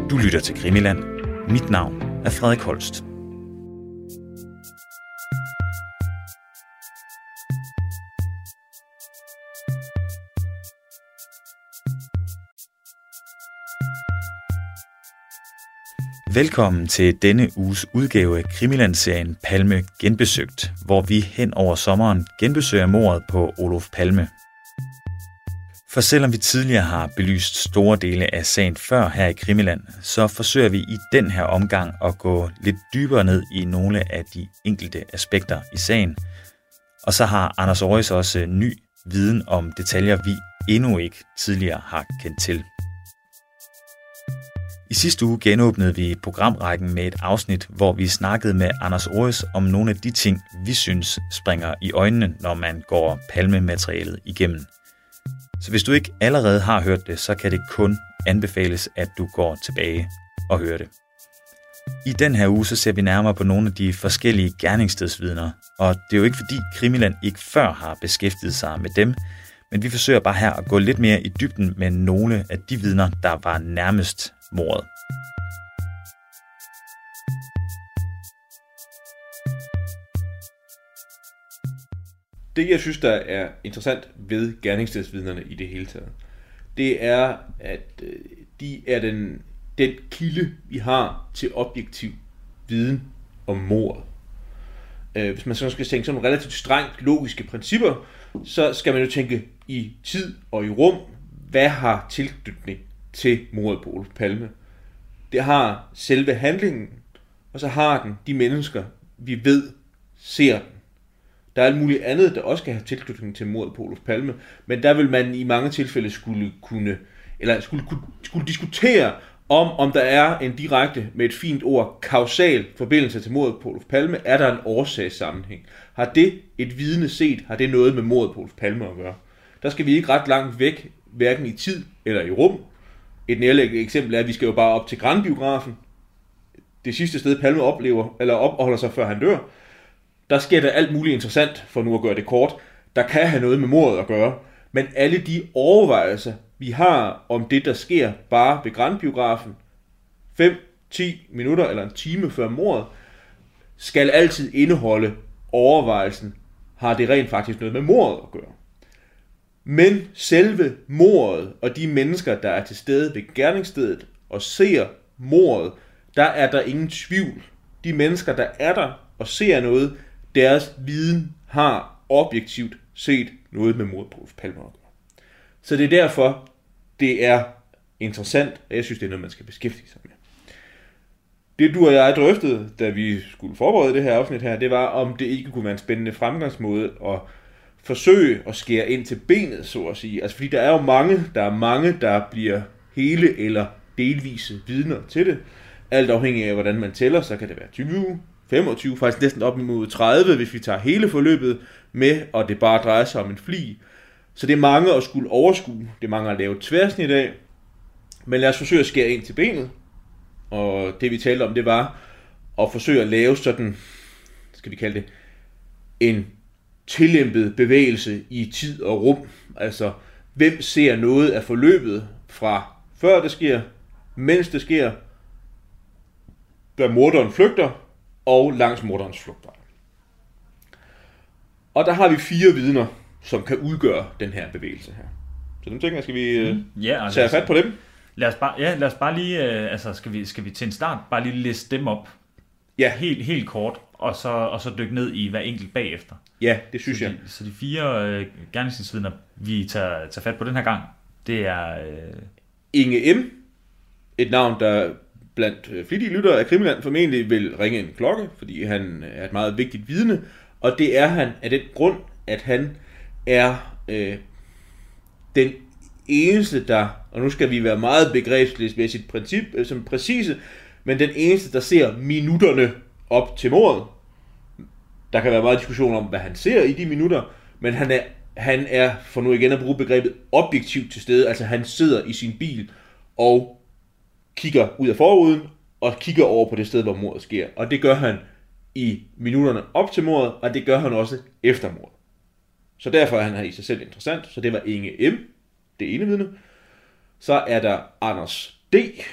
Du lytter til Krimiland. Mit navn er Frederik Holst. Velkommen til denne uges udgave af Krimiland-serien Palme Genbesøgt, hvor vi hen over sommeren genbesøger mordet på Olof Palme. For selvom vi tidligere har belyst store dele af sagen før her i Krimiland, så forsøger vi i den her omgang at gå lidt dybere ned i nogle af de enkelte aspekter i sagen. Og så har Anders Oris også ny viden om detaljer, vi endnu ikke tidligere har kendt til. I sidste uge genåbnede vi programrækken med et afsnit, hvor vi snakkede med Anders Oris om nogle af de ting, vi synes springer i øjnene, når man går Palme-materialet igennem. Så hvis du ikke allerede har hørt det, så kan det kun anbefales, at du går tilbage og hører det. I den her uge så ser vi nærmere på nogle af de forskellige gerningsstedsvidner, og det er jo ikke fordi Krimiland ikke før har beskæftiget sig med dem, men vi forsøger bare her at gå lidt mere i dybden med nogle af de vidner, der var nærmest mordet. Det, jeg synes, der er interessant ved gerningsstedsvidnerne i det hele taget, det er, at de er den kilde, vi har til objektiv viden om mordet. Hvis man så skal tænke sådan nogle relativt strengt logiske principper, så skal man jo tænke i tid og i rum, hvad har tilknytning til mordet på Olof Palme. Det har selve handlingen, og så har den de mennesker, vi ved, ser den. Der er alt muligt andet, der også kan have tilknytning til mordet på Olof Palme, men der vil man i mange tilfælde skulle diskutere om der er en direkte, med et fint ord, kausal forbindelse til mordet på Olof Palme. Er der en årsagssammenhæng? Har det et vidne set? Har det noget med mordet på Olof Palme at gøre? Der skal vi ikke ret langt væk, hverken i tid eller i rum. Et nærliggende eksempel er, at vi skal jo bare op til Grandbiografen. Det sidste sted, Palme opholder sig, før han dør. Der sker der alt muligt interessant, for nu at gøre det kort, der kan have noget med mordet at gøre. Men alle de overvejelser, vi har om det, der sker bare ved Grandbiografen, 5-10 minutter eller en time før mordet, skal altid indeholde overvejelsen, har det rent faktisk noget med mordet at gøre. Men selve mordet og de mennesker, der er til stede ved gerningsstedet og ser mordet, der er der ingen tvivl. De mennesker, der er der og ser noget, deres viden har objektivt set noget med mordet på Olof Palme at gøre. Så det er derfor, det er interessant, og jeg synes, det er noget, man skal beskæftige sig med. Det du og jeg drøftede, da vi skulle forberede det her afsnit her, det var, om det ikke kunne være en spændende fremgangsmåde at forsøge at skære ind til benet, så at sige. Altså fordi der er mange, der bliver hele eller delvise vidner til det. Alt afhængig af, hvordan man tæller, så kan det være 20, 25, faktisk næsten op imod 30, hvis vi tager hele forløbet med, og det bare drejer sig om en flig. Så det er mange at skulle overskue, det er mange at lave tværsnit af, men lad os forsøge at skære ind til benet. Og det vi talte om, det var at forsøge at lave sådan, skal vi kalde det, en tillempet bevægelse i tid og rum. Altså, hvem ser noget af forløbet fra før det sker, mens det sker, da morderen flygter, og langs morderens flugtvej. Og der har vi 4 vidner, som kan udgøre den her bevægelse her. Så dem tænker jeg, skal vi tage fat på dem? Lad os bare lige, skal vi til en start bare lige liste dem op? Ja. Helt kort, og så dykke ned i hver enkelt bagefter. Ja, det synes jeg. Så de 4 gerningsstedsvidner, vi tager fat på den her gang, det er... Inge M., et navn, der blandt flittige lyttere af Krimiland formentlig vil ringe en klokke, fordi han er et meget vigtigt vidne, og det er han af den grund, at han er den eneste, der, og nu skal vi være meget begrebsmæssigt som præcise, men den eneste, der ser minutterne op til mordet. Der kan være meget diskussion om, hvad han ser i de minutter, men han er, for nu igen at bruge begrebet, objektivt til stede, altså han sidder i sin bil og kigger ud af forruden og kigger over på det sted, hvor mordet sker. Og det gør han i minutterne op til mordet, og det gør han også efter mordet. Så derfor er han her i sig selv interessant. Så det var Inge M., det ene vidne. Så er der Anders D.,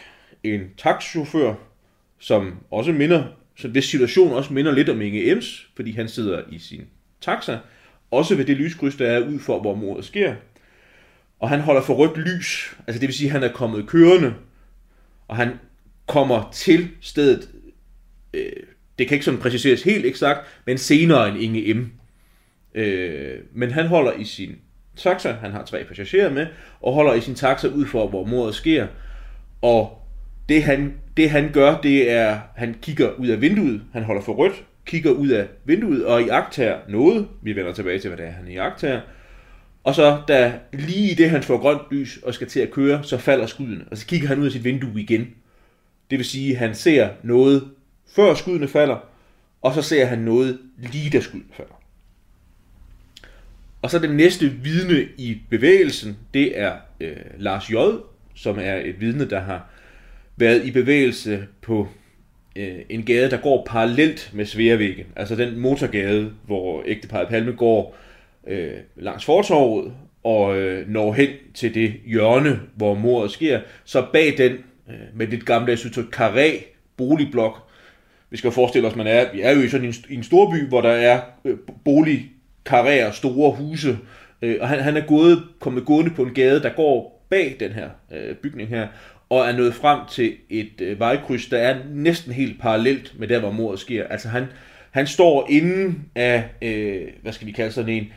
en taxichauffør, som også minder, så hvis situationen også minder lidt om Inge Ems, fordi han sidder i sin taxa, også ved det lyskryds, der er ud for, hvor mordet sker. Og han holder for rødt lys, altså det vil sige, at han er kommet kørende, og han kommer til stedet, det kan ikke sådan præciseres helt eksakt, men senere end Inge M. Men han holder i sin taxa, han har 3 passagerer med, og holder i sin taxa ud for, hvor mordet sker. Og det han gør, det er, han kigger ud af vinduet, han holder for rødt, kigger ud af vinduet og iagttager noget. Vi vender tilbage til, hvad det er, han iagttager. Og så da lige i det, han får grønt lys og skal til at køre, så falder skuddene. Og så kigger han ud af sit vindue igen. Det vil sige, at han ser noget før skuddene falder, og så ser han noget lige da skuddene falder. Og så den næste vidne i bevægelsen, det er Lars J., som er et vidne, der har været i bevægelse på en gade, der går parallelt med Sveavæggen. Altså den motorgade, hvor ægteparret Palme går langs fortorvet og når hen til det hjørne, hvor mordet sker. Så bag den, med lidt gammeldags udtryk, karré boligblok. Vi skal forestille os, vi er jo i sådan en storby, hvor der er boligkarréer, store huse. Og han er kommet gående på en gade, der går bag den her bygning her, og er nået frem til et vejkryds, der er næsten helt parallelt med der, hvor mordet sker. Altså han står inden af, hvad skal vi kalde sådan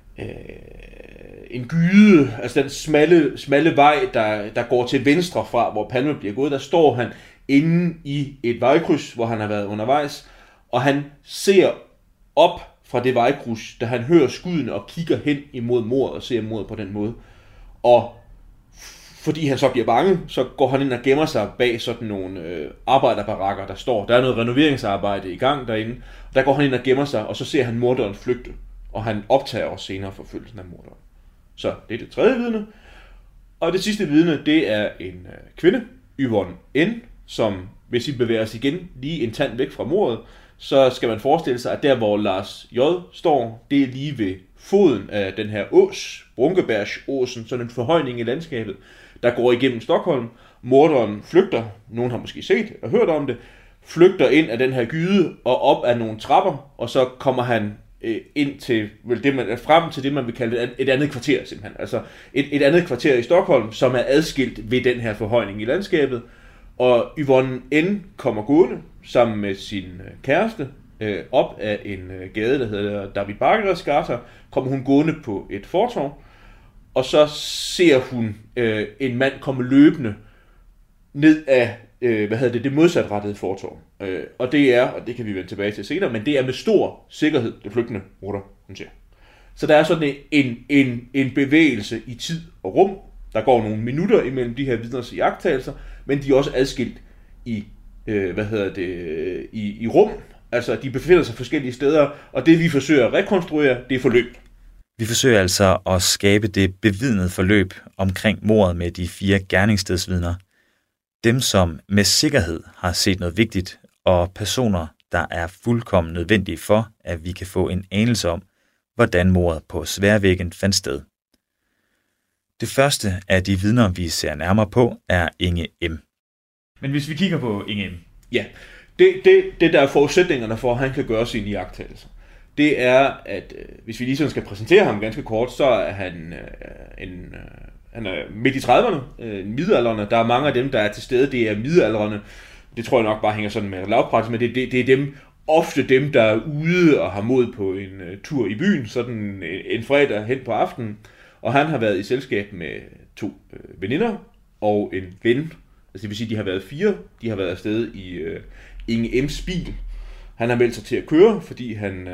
en gyde, altså den smalle vej, der går til venstre fra, hvor Palme bliver gået. Der står han inde i et vejkryds, hvor han har været undervejs, og han ser op fra det vejkryds, da han hører skuddene og kigger hen imod mordet og ser mordet på den måde. Og fordi han så bliver bange, så går han ind og gemmer sig bag sådan nogle arbejderbarakker, der står. Der er noget renoveringsarbejde i gang derinde. Der går han ind og gemmer sig, og så ser han morderen flygte. Og han optager også senere forfølgelsen af morderen. Så det er det tredje vidne. Og det sidste vidne, det er en kvinde, Yvonne N., som, hvis I bevæger os igen lige en tand væk fra mordet, så skal man forestille sig, at der hvor Lars J. står, det er lige ved foden af den her ås, Brunkebergsåsen, sådan en forhøjning i landskabet, der går igennem Stockholm. Morderen flygter, nogen har måske set og hørt om det, flygter ind af den her gyde og op ad nogle trapper, og så kommer han ind til frem til det, man vil kalde et andet kvarter simpelthen. Altså et andet kvarter i Stockholm, som er adskilt ved den her forhøjning i landskabet. Og Yvonne N. kommer gående sammen med sin kæreste op af en gade, der hedder David Bagares-gata, kommer hun gående på et fortov, og så ser hun en mand komme løbende ned af det modsatrettede fortov. Og det er, og det kan vi vende tilbage til senere, men det er med stor sikkerhed, det flygtende morder, hun ser. Så der er sådan en bevægelse i tid og rum. Der går nogle minutter imellem de her vidners iagttagelser, men de er også adskilt i i rum. Altså, de befinder sig forskellige steder, og det vi forsøger at rekonstruere, det er forløb. Vi forsøger altså at skabe det bevidnede forløb omkring mordet med de 4 gerningsstedsvidner. Dem, som med sikkerhed har set noget vigtigt, og personer, der er fuldkommen nødvendige for, at vi kan få en anelse om, hvordan mordet på Sveavæggen fandt sted. Det første af de vidner, vi ser nærmere på, er Inge M. Men hvis vi kigger på Inge M. Ja, det der er forudsætningerne for, at han kan gøre sine iagttagelser. Det er, at hvis vi lige sådan skal præsentere ham ganske kort, så er han han er midt i 30'erne, middelaldrende. Der er mange af dem, der er til stede, det er middelaldrende. Det tror jeg nok bare hænger sådan med lavpraktisk, men det er dem, ofte dem, der er ude og har mod på en tur i byen, sådan en fredag hen på aftenen. Og han har været i selskab med 2 veninder og en ven. Altså det vil sige, de har været 4. De har været afsted i Inge M's bil. Han har meldt sig til at køre, fordi han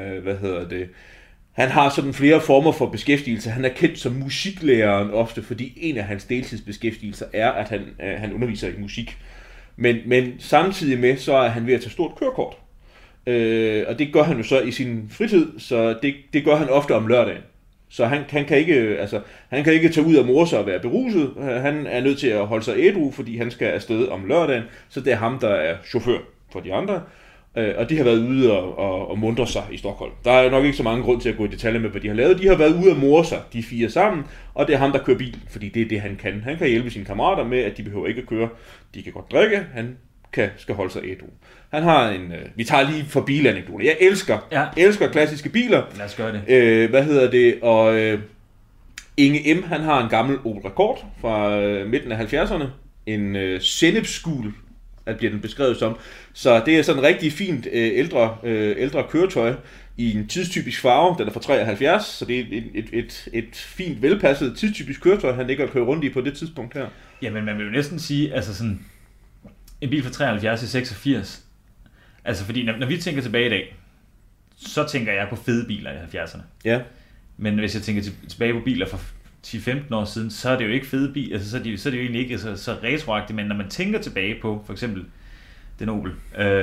han har sådan flere former for beskæftigelse. Han er kendt som musiklæreren ofte, fordi en af hans deltidsbeskæftigelser er, at han underviser i musik. Men samtidig med, så er han ved at tage stort kørekort. Og det gør han jo så i sin fritid, så det gør han ofte om lørdagen. Så han kan ikke tage ud og more sig og være beruset. Han er nødt til at holde sig ædru, fordi han skal afsted om lørdagen. Så det er ham, der er chauffør for de andre. Og de har været ude og muntre sig i Stockholm. Der er nok ikke så mange grund til at gå i detaljer med, hvad de har lavet. De har været ude og more sig, de 4 sammen, og det er ham, der kører bil, fordi det er det, han kan. Han kan hjælpe sine kammerater med, at de behøver ikke at køre. De kan godt drikke, han skal holde sig ædru. Han har en... vi tager lige for bilanekdoter. Jeg elsker klassiske biler. Lad os gøre det. Og Inge M., han har en gammel Opel Rekord fra midten af 70'erne. En sennepsgul, at bliver den beskrevet som. Så det er sådan en rigtig fint ældre køretøj i en tidstypisk farve. Den er fra 73, så det er et fint velpasset tidstypisk køretøj, han ligger og kører rundt i på det tidspunkt her. Jamen, man vil jo næsten sige, altså sådan en bil fra 73 til 86. Altså, fordi når vi tænker tilbage i dag, så tænker jeg på fede biler i 70'erne. Ja. Men hvis jeg tænker tilbage på biler fra 10-15 år siden, så er det jo ikke fede biler, altså så er det jo egentlig ikke så retroagtigt, men når man tænker tilbage på for eksempel den Opel,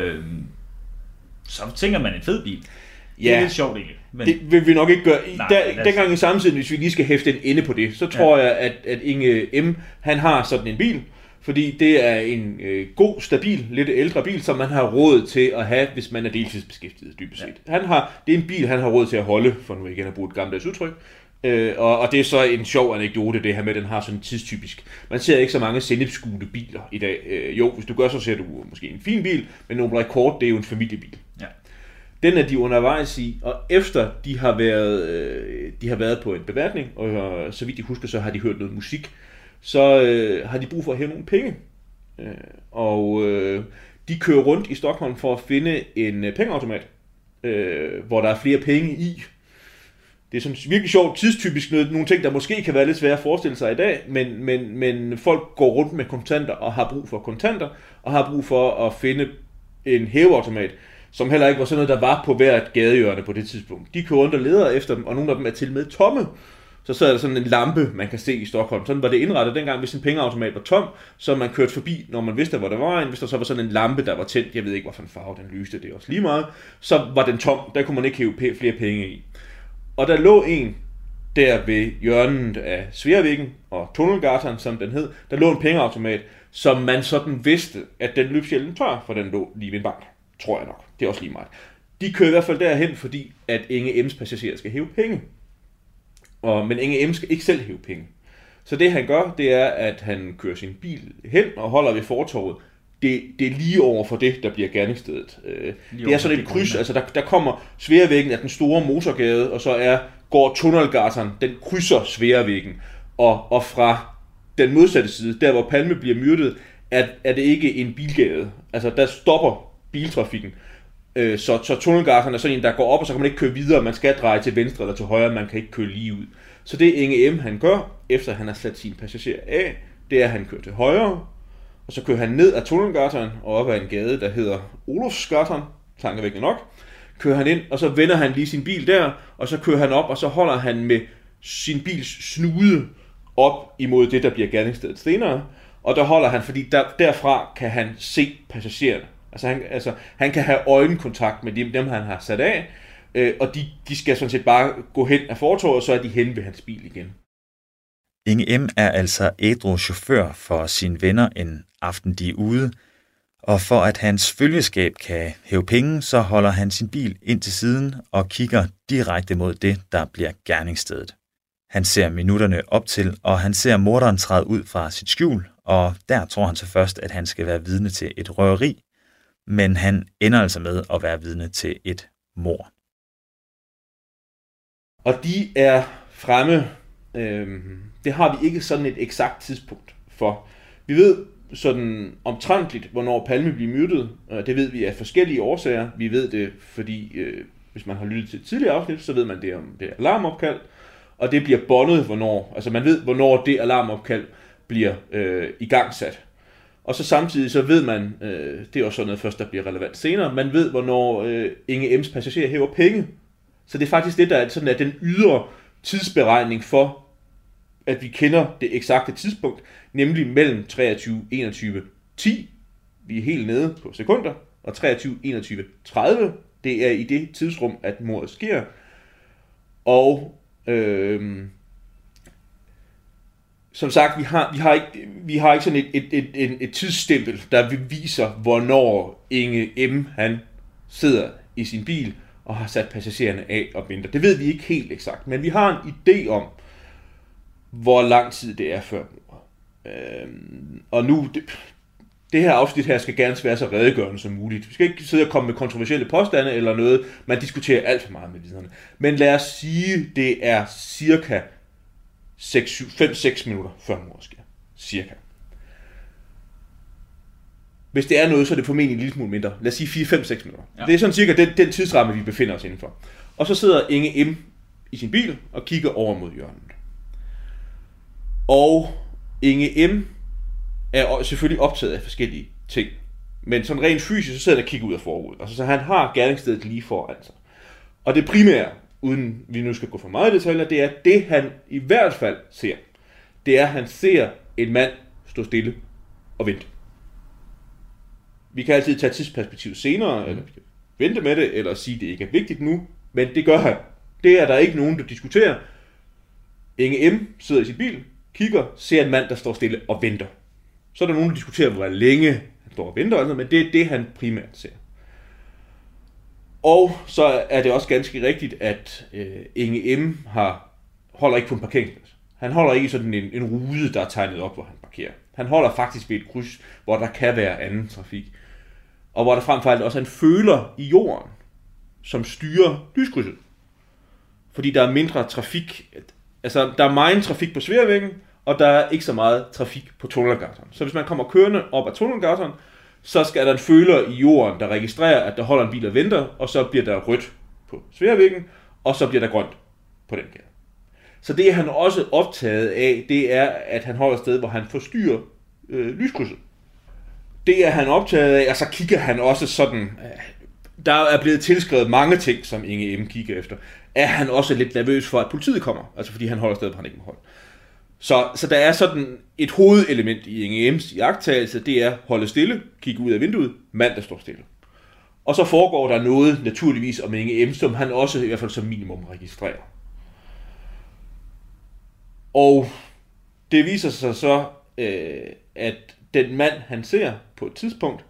så tænker man en fed bil. Det er lidt sjovt egentlig. Men... Det vil vi nok ikke gøre. Dengang i samtidig, hvis vi lige skal hæfte en ende på det, så tror jeg, at Inge M., han har sådan en bil, fordi det er en god, stabil, lidt ældre bil, som man har råd til at have, hvis man er deltidsbeskæftiget, dybest set. Det er en bil, han har råd til at holde, for nu igen at bruge et gammeldags udtryk. Og det er så en sjov anekdote, det her med, at den har sådan tidstypisk. Man ser ikke så mange sennepsgule biler i dag. Jo, hvis du gør, så ser du måske en fin bil, men en Opel Rekord, det er jo en familiebil. Ja. Den er de undervejs i, og efter de har været på en beværtning, og så vidt jeg husker, så har de hørt noget musik, så har de brug for at hæve nogle penge. De kører rundt i Stockholm for at finde en pengeautomat, hvor der er flere penge i. Det er sådan virkelig sjovt, tidstypisk nogle ting, der måske kan være lidt svære at forestille sig i dag, men folk går rundt med kontanter og har brug for kontanter, og har brug for at finde en hæveautomat, som heller ikke var sådan noget, der var på hvert gadehjørne på det tidspunkt. De kører rundt og leder efter dem, og nogle af dem er til med tomme. Så er der sådan en lampe, man kan se i Stockholm. Sådan var det indrettet dengang, hvis en pengeautomat var tom, så man kørte forbi, når man vidste, hvor der var en. Hvis der så var sådan en lampe, der var tændt, jeg ved ikke, hvilken farve den lyste, det er også lige meget, så var den tom. Der kunne man ikke hæve flere penge i. Og der lå en der ved hjørnet af Sveavägen og Tunnelgatan, som den hed, der lå en pengeautomat, som man sådan vidste, at den løb sjældent tør, for den lå lige ved en bank. Tror jeg nok. Det er også lige meget. De kører i hvert fald derhen, fordi at Inge M's passagerer skal hæve penge. Men Inge M skal ikke selv hæve penge. Så det han gør, det er, at han kører sin bil hen og holder ved fortorvet. Det er lige over for det, der bliver gerningsstedet. Det er sådan et kryds, altså der kommer Sveavägen af den store motorgade, og så går Tunnelgatan, den krydser Sveavägen. Og fra den modsatte side, der hvor Palme bliver myrdet, er det ikke en bilgade. Altså der stopper biltrafikken. Så Tunnelgatan er sådan en, der går op, og så kan man ikke køre videre. Man skal dreje til venstre eller til højre, man kan ikke køre lige ud. Så det Inge M. han gør, efter han har sat sine passagerer af, det er, at han kører til højre, og så kører han ned ad Tunnelgatan og op ad en gade, der hedder Olofsgatan, tankevækkende nok. Kører han ind, og så vender han lige sin bil der, og så kører han op, og så holder han med sin bils snude op imod det, der bliver gerningsstedet senere. Og der holder han, fordi derfra kan han se passagererne. Altså han kan have øjenkontakt med dem han har sat af, og de skal sådan set bare gå hen af fortovet, og så er de hen ved hans bil igen. Inge M. er altså ædru chauffør for sine venner en aften, de er ude, og for at hans følgeskab kan hæve penge, så holder han sin bil ind til siden og kigger direkte mod det, der bliver gerningsstedet. Han ser minutterne op til, og han ser morderen træde ud fra sit skjul, og der tror han så først, at han skal være vidne til et røveri, men han ender altså med at være vidne til et mord. Og de er fremme. Det har vi ikke sådan et eksakt tidspunkt for. Vi ved sådan omtrentligt, hvornår Palme bliver myrdet. Det ved vi af forskellige årsager. Vi ved det, fordi hvis man har lyttet til et tidligere afsnit, så ved man det om det alarmopkald. Og det bliver båndet, hvornår. Altså man ved, hvornår det alarmopkald bliver igangsat. Og så samtidig så ved man, det er også sådan noget først, der bliver relevant senere, man ved, hvornår Inge M's passagerer hæver penge. Så det er faktisk det, der er sådan, at den ydre tidsberegning for, at vi kender det eksakte tidspunkt, nemlig mellem 23:21:10, vi er helt nede på sekunder, og 23:21:30, det er i det tidsrum, at mordet sker. Og som sagt, vi har ikke sådan et tidsstempel, der viser, hvornår Inge M. han sidder i sin bil og har sat passagererne af og venter. Det ved vi ikke helt eksakt, men vi har en idé om, hvor lang tid det er før mordet. Og nu, det her afsnit her skal gerne være så redegørende som muligt. Vi skal ikke sidde og komme med kontroversielle påstande eller noget. Man diskuterer alt for meget med vidnerne. Men lad os sige, det er cirka 5-6 minutter før mordet sker. Cirka. Hvis det er noget, så er det formentlig en lille smule mindre. Lad os sige 4-5-6 minutter. Ja. Det er sådan cirka den tidsramme, vi befinder os indenfor. Og så sidder Inge M. i sin bil og kigger over mod hjørnet. Og Inge M. er selvfølgelig optaget af forskellige ting. Men sådan rent fysisk, så sidder han og kigger ud af forruden. Altså, så han har gerningsstedet lige foran sig. Og det primære, uden vi nu skal gå for meget i detaljer, det er det, han i hvert fald ser. Det er, at han ser en mand stå stille og vente. Vi kan altid tage tidsperspektiv senere, eller vi kan vente med det, eller sige, at det ikke er vigtigt nu, men det gør han. Det er der ikke nogen, der diskuterer. Inge M. sidder i sin bil, kigger, ser en mand, der står stille og venter. Så er der nogen, der diskuterer, hvor længe han står og venter, men det er det, han primært ser. Og så er det også ganske rigtigt, at Inge M. holder ikke på en parkeringsplads. Han holder ikke i sådan en rute, der er tegnet op, hvor han parkerer. Han holder faktisk ved et kryds, hvor der kan være anden trafik. Og hvor der frem for alt også er en føler i jorden, som styrer lyskrydset. Fordi der er mindre trafik. Altså, der er meget trafik på Sveavägen, og der er ikke så meget trafik på Tunnelgatan. Så hvis man kommer kørende op ad Tunnelgatan, så skal der en føler i jorden, der registrerer, at der holder en bil og venter, og så bliver der rødt på Sveavägen, og så bliver der grønt på den gade. Så det han også optaget af, det er, at han holder et sted, hvor han forstyrrer lyskrydset. Det er han optaget af, og så kigger han også sådan, der er blevet tilskrevet mange ting, som Inge M. kigger efter. Er han også lidt nervøs for, at politiet kommer, altså fordi han holder et sted, hvor han ikke må holde. Så der er sådan et hovedelement i Inge M's iagttagelse, det er holde stille, kigge ud af vinduet, mand der står stille. Og så foregår der noget naturligvis om Inge M., som han også i hvert fald som minimum registrerer. Og det viser sig så, at den mand, han ser på et tidspunkt,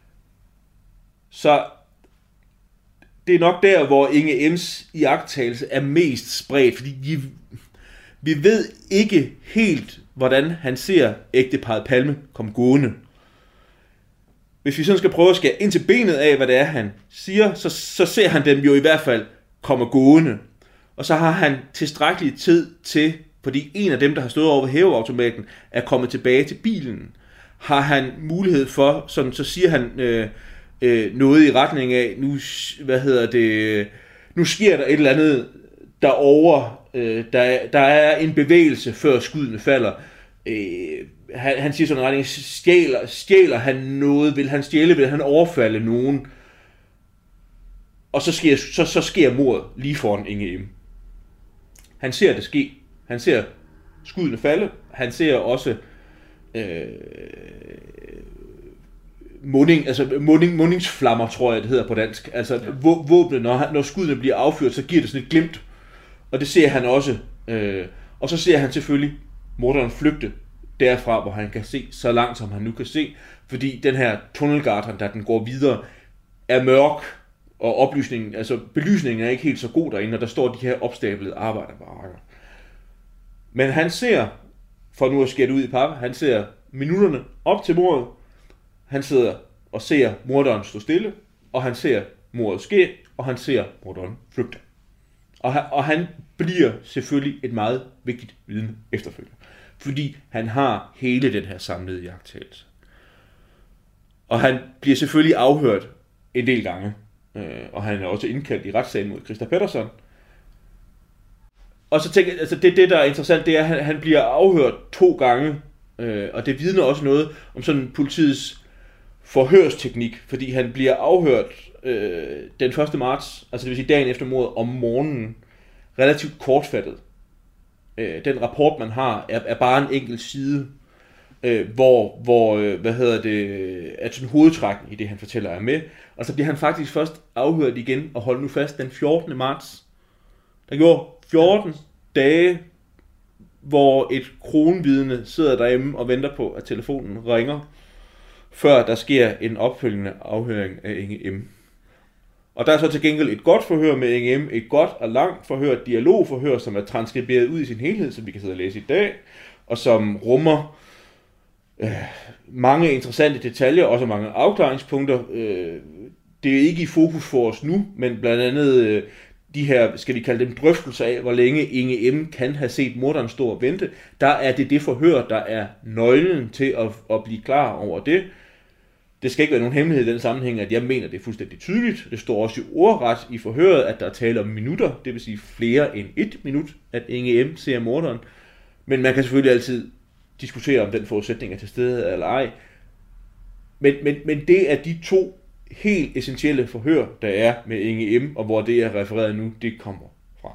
så det er nok der, hvor Inge M's iagttagelse er mest spredt, fordi vi ved ikke helt, hvordan han ser ægteparret Palme komme gående. Hvis vi sådan skal prøve at skære ind til benet af, hvad det er, han siger, så ser han dem jo i hvert fald komme gående. Og så har han tilstrækkelig tid til, fordi en af dem, der har stået over ved hæveautomaten, er kommet tilbage til bilen, har han mulighed for, sådan, så siger han noget i retning af, nu sker der et eller andet derovre, der er en bevægelse, før skuddene falder. Han siger sådan en retning, stjæler han noget, vil han stjæle, vil han overfalde nogen, og så sker mordet lige foran Inge M. Han ser det ske. Han ser skuddene falde. Han ser også mundingsflammer, tror jeg det hedder på dansk. Altså våbnet, når skuddene bliver affyret, så giver det sådan et glimt. Og det ser han også. Og så ser han selvfølgelig morderen flygte derfra, hvor han kan se så langt, som han nu kan se. Fordi den her Tunnelgatan, der den går videre, er mørk. Og belysningen er ikke helt så god derinde, og der står de her opstablede arbejderbarakker. Men han ser, for nu at skære det ud i pap, han ser minutterne op til mordet. Han sidder og ser morderen stå stille, og han ser mordet ske, og han ser morderen flygte. Og han bliver selvfølgelig et meget vigtigt vidne efterfølgende, fordi han har hele den her samlede iagttagelse. Og han bliver selvfølgelig afhørt en del gange, og han er også indkaldt i retssagen mod Christa Pettersson. Og så tænker jeg, altså det der er interessant, det er, at han bliver afhørt 2 gange, og det vidner også noget om sådan politiets forhørsteknik, fordi han bliver afhørt den 1. marts, altså det vil sige dagen efter mordet, om morgenen, relativt kortfattet. Den rapport, man har, er bare en enkelt side, hvor at sådan hovedtrækken i det, han fortæller, er med. Og så bliver han faktisk først afhørt igen, og hold nu fast, den 14. marts. Der går 14 dage, hvor et kronvidne sidder derhjemme og venter på, at telefonen ringer, før der sker en opfølgende afhøring af Inge M. Og der er så til gengæld et godt forhør med Inge M, et godt og langt forhør, et dialogforhør, som er transkriberet ud i sin helhed, som vi kan sidde og læse i dag, og som rummer mange interessante detaljer, også mange afklaringspunkter. Det er ikke i fokus for os nu, men blandt andet de her, skal vi kalde dem drøftelser af, hvor længe Inge M. kan have set morderen stå og vente. Der er det forhør, der er nøglen til at blive klar over det. Det skal ikke være nogen hemmelighed i den sammenhæng, at jeg mener, det er fuldstændig tydeligt. Det står også i ordret i forhøret, at der er tale om minutter, det vil sige flere end 1 minut, at Inge M. ser morderen. Men man kan selvfølgelig altid diskutere, om den forudsætning er til stede eller ej. Men det er de 2 helt essentielle forhør, der er med Inge M., og hvor det er refereret nu, det kommer fra.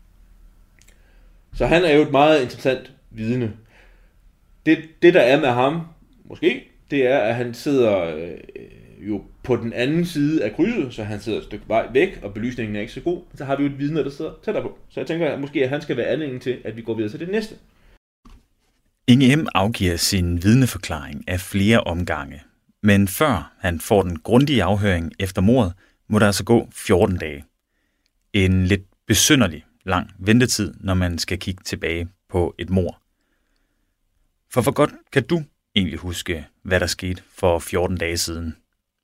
Så han er jo et meget interessant vidne. Det der er med ham, måske, det er, at han sidder jo på den anden side af krydset, så han sidder et stykke vej væk, og belysningen er ikke så god. Så har vi jo et vidne, der sidder tættere på. Så jeg tænker, at måske at han skal være anledning til, at vi går videre til det næste. Inge M. afgiver sin vidneforklaring af flere omgange, men før han får den grundige afhøring efter mordet, må der altså gå 14 dage. En lidt besynderlig lang ventetid, når man skal kigge tilbage på et mord. For hvor godt kan du egentlig huske, hvad der skete for 14 dage siden?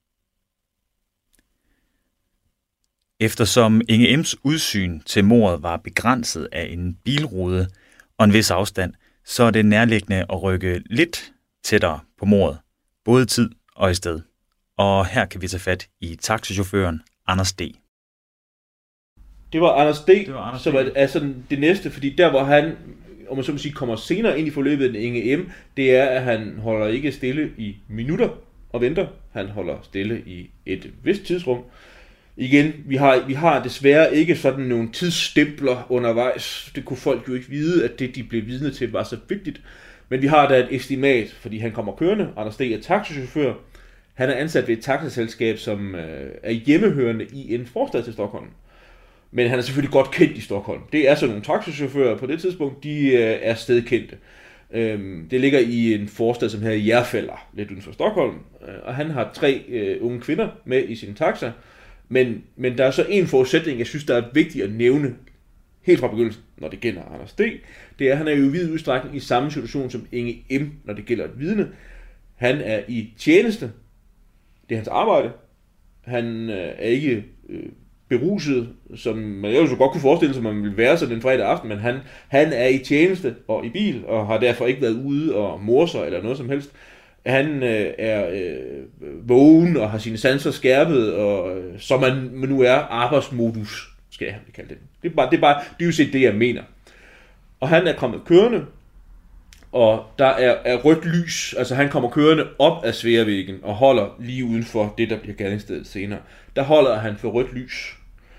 Eftersom Inge M.'s udsyn til mordet var begrænset af en bilrude og en vis afstand, så er det nærliggende at rykke lidt tættere på mordet, både tid og i sted. Og her kan vi tage fat i taxichaufføren Anders D. Det var Anders D., som er sådan det næste, fordi der hvor han, om man så må sige, kommer senere ind i forløbet end Inge M., det er, at han holder ikke stille i minutter og venter. Han holder stille i et vist tidsrum. Igen, vi har desværre ikke sådan nogle tidsstempler undervejs. Det kunne folk jo ikke vide, at det, de blev vidne til, var så vigtigt. Men vi har da et estimat, fordi han kommer kørende. Anders D. er taxichauffør. Han er ansat ved et taxiselskab, som er hjemmehørende i en forstad til Stockholm. Men han er selvfølgelig godt kendt i Stockholm. Det er sådan nogle taxichauffører på det tidspunkt, de er stedkendte. Det ligger i en forstad, som hedder Järfälla, lidt uden for Stockholm. Og han har 3 unge kvinder med i sin taxa. Men der er så en forudsætning, jeg synes, der er vigtigt at nævne helt fra begyndelsen, når det gælder Anders D. Det er, at han er jo i vid udstrækning i samme situation som Inge M., når det gælder et vidne. Han er i tjeneste. Det er hans arbejde. Han er ikke beruset, som man jo så godt kunne forestille sig, at man ville være sådan en fredag aften, men han er i tjeneste og i bil, og har derfor ikke været ude og morser eller noget som helst. Han er vågen og har sine sanser skærpet, og som man nu er arbejdsmodus, skal jeg kalde det. Det er jo set det, jeg mener. Og han er kommet kørende, og der er rødt lys, altså han kommer kørende op ad Sveavägen og holder lige uden for det, der bliver gerningsstedet senere. Der holder han for rødt lys,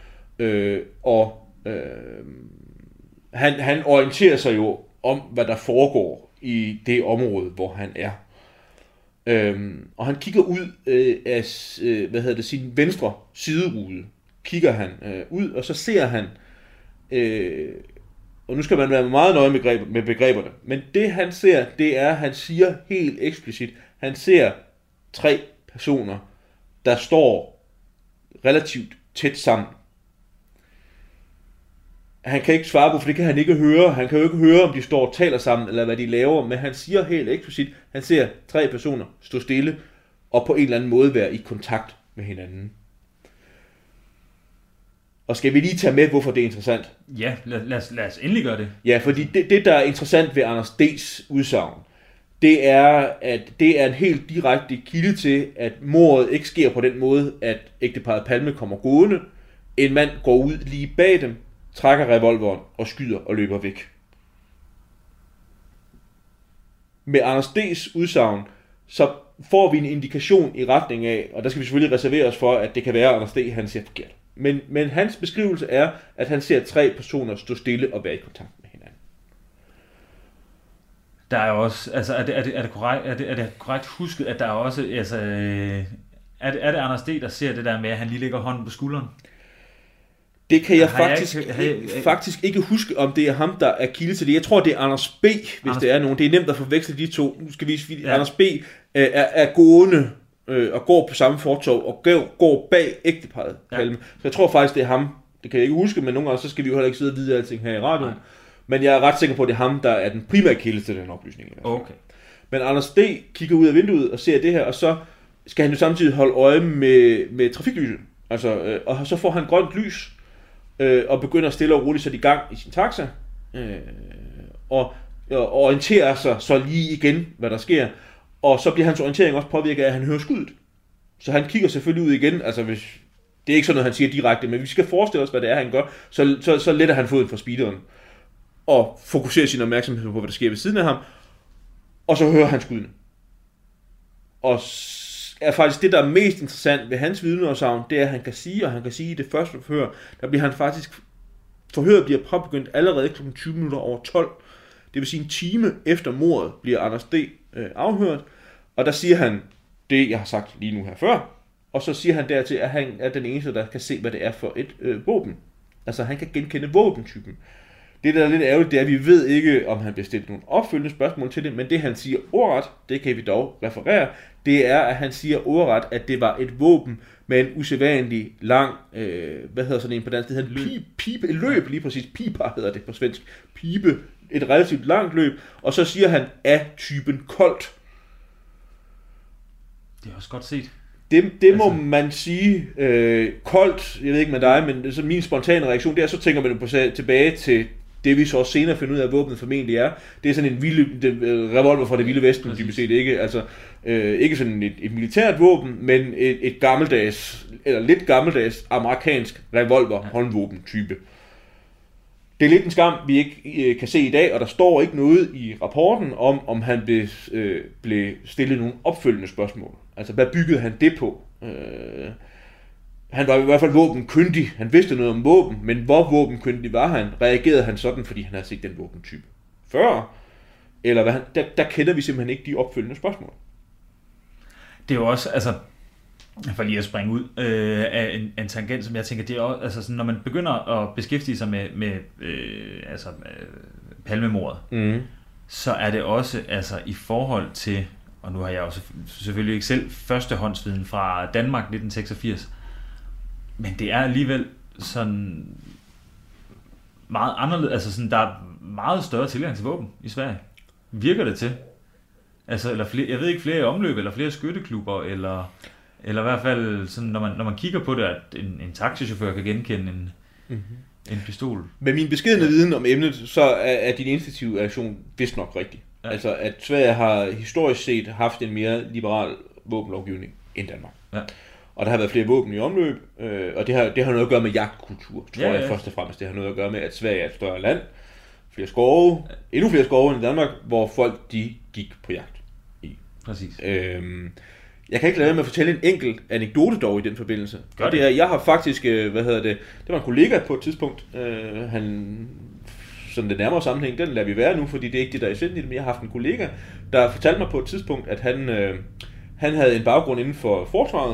han orienterer sig jo om, hvad der foregår i det område, hvor han er. Og han kigger ud af sin venstre siderude, kigger han ud, og så ser han, og nu skal man være meget nøje med begreberne, men det han ser, det er, han siger helt eksplicit, han ser 3 personer, der står relativt tæt sammen. Han kan ikke svare på, for det kan han ikke høre. Han kan jo ikke høre, om de står og taler sammen, eller hvad de laver, men han siger helt eksplicit, han ser 3 personer stå stille, og på en eller anden måde være i kontakt med hinanden. Og skal vi lige tage med, hvorfor det er interessant? Ja, lad os endelig gøre det. Ja, fordi det, der er interessant ved Anders D's udsagn, det er, at det er en helt direkte kilde til, at mordet ikke sker på den måde, at ægteparret Palme kommer gående, en mand går ud lige bag dem, trækker revolveren og skyder og løber væk. Med Anders D's udsagn, så får vi en indikation i retning af, og der skal vi selvfølgelig reservere os for, at det kan være, at Anders D. han ser forkert. Men hans beskrivelse er, at han ser 3 personer stå stille og være i kontakt med hinanden. Der er jo også, altså er det korrekt husket, at der er også, altså, er det Anders D., der ser det der med, at han lige lægger hånden på skulderen? Det kan jeg faktisk ikke huske, om det er ham, der er kilde til det. Jeg tror, det er Anders B., hvis det er nogen. Det er nemt at forveksle de to. Nu skal vi sige, Anders B. er gående og går på samme fortov, og går bag ægteparret Palme. Så jeg tror faktisk, det er ham. Det kan jeg ikke huske, men nogle gange, så skal vi jo heller ikke sidde og vide alting her i radioen. Nej. Men jeg er ret sikker på, at det er ham, der er den primære kilde til den oplysning. Okay. Men Anders D. kigger ud af vinduet og ser det her, og så skal han jo samtidig holde øje med trafiklyset. Altså, og så får han grønt lys, og begynder stille og roligt sætte i gang i sin taxa, og orienterer sig så lige igen, hvad der sker. Og så bliver hans orientering også påvirket af, at han hører skuddet. Så han kigger selvfølgelig ud igen, altså hvis... Det er ikke sådan noget, han siger direkte, men vi skal forestille os, hvad det er, han gør. Så letter han foden fra speederen, og fokuserer sin opmærksomhed på, hvad der sker ved siden af ham, og så hører han skuddene. Og er faktisk det, der er mest interessant ved hans vidneudsagn, det er, at han kan sige, og han kan sige i det første forhør, der bliver han faktisk... Forhøret bliver påbegyndt allerede kl. 20 minutter over 12. Det vil sige en time efter mordet bliver Anders D. Afhørt, og der siger han det, jeg har sagt lige nu her før, og så siger han dertil, at han er den eneste, der kan se, hvad det er for et våben. Altså han kan genkende våbentypen. Det, der er lidt ærgerligt, det er, at vi ved ikke, om han bliver stillet nogle opfølgende spørgsmål til det, men det han siger ordret, det kan vi dog referere, det er, at han siger ordret, at det var et våben med en usædvanlig lang, hvad hedder sådan en på dansk, det hedder en pibe, løb, lige præcis, piber hedder det på svensk, pibe, et relativt langt løb, og så siger han af typen koldt. Det er også godt set. Det må man sige, koldt, jeg ved ikke med dig, men så min spontane reaktion, det er, så tænker man på tilbage til det, vi så også senere finder ud af, at våbnet formentlig er. Det er sådan en revolver fra det vilde vesten, dybest set ikke. Altså, ikke sådan et militært våben, men et gammeldags, eller lidt gammeldags amerikansk revolver håndvåben type. Det er lidt en skam, vi ikke kan se i dag, og der står ikke noget i rapporten om han blev stillet nogle opfølgende spørgsmål. Altså, hvad byggede han det på? Han var i hvert fald våbenkyndig. Han vidste noget om våben, men hvor våbenkyndig var han? Reagerede han sådan, fordi han havde set den våbentype før? Eller hvad der kender vi simpelthen ikke de opfølgende spørgsmål. Det er jo også, altså, for lige at springe ud af en tangent, som jeg tænker, det er også, altså sådan, når man begynder at beskæftige sig med Palmemordet, så er det også, altså i forhold til, og nu har jeg også selvfølgelig ikke selv førstehåndsviden fra Danmark 1986, men det er alligevel sådan meget anderledes, altså sådan, der er meget større tilgang til våben i Sverige. Virker det til? Altså, eller flere, jeg ved ikke, flere omløb, eller flere skytteklubber, eller i hvert fald, sådan, når man kigger på det, at en taxichauffør kan genkende en pistol. Med min beskedne viden om emnet, så er din instinktive reaktion vist nok rigtig. Ja. Altså, at Sverige har historisk set haft en mere liberal våbenlovgivning end Danmark. Ja. Og der har været flere våben i omløb, og det har noget at gøre med jagtkultur, tror jeg først og fremmest. Det har noget at gøre med, at Sverige er et større land, flere skove, endnu flere skove end i Danmark, hvor folk de gik på jagt i. Præcis. Jeg kan ikke lade være med at fortælle en enkelt anekdote dog i den forbindelse. Og det er, jeg har faktisk, det var en kollega på et tidspunkt, han, sådan det nærmere sammenhæng, den lader vi være nu, fordi det er ikke det, der er essensen, men jeg har haft en kollega, der fortalte mig på et tidspunkt, at han havde en baggrund inden for forsvaret,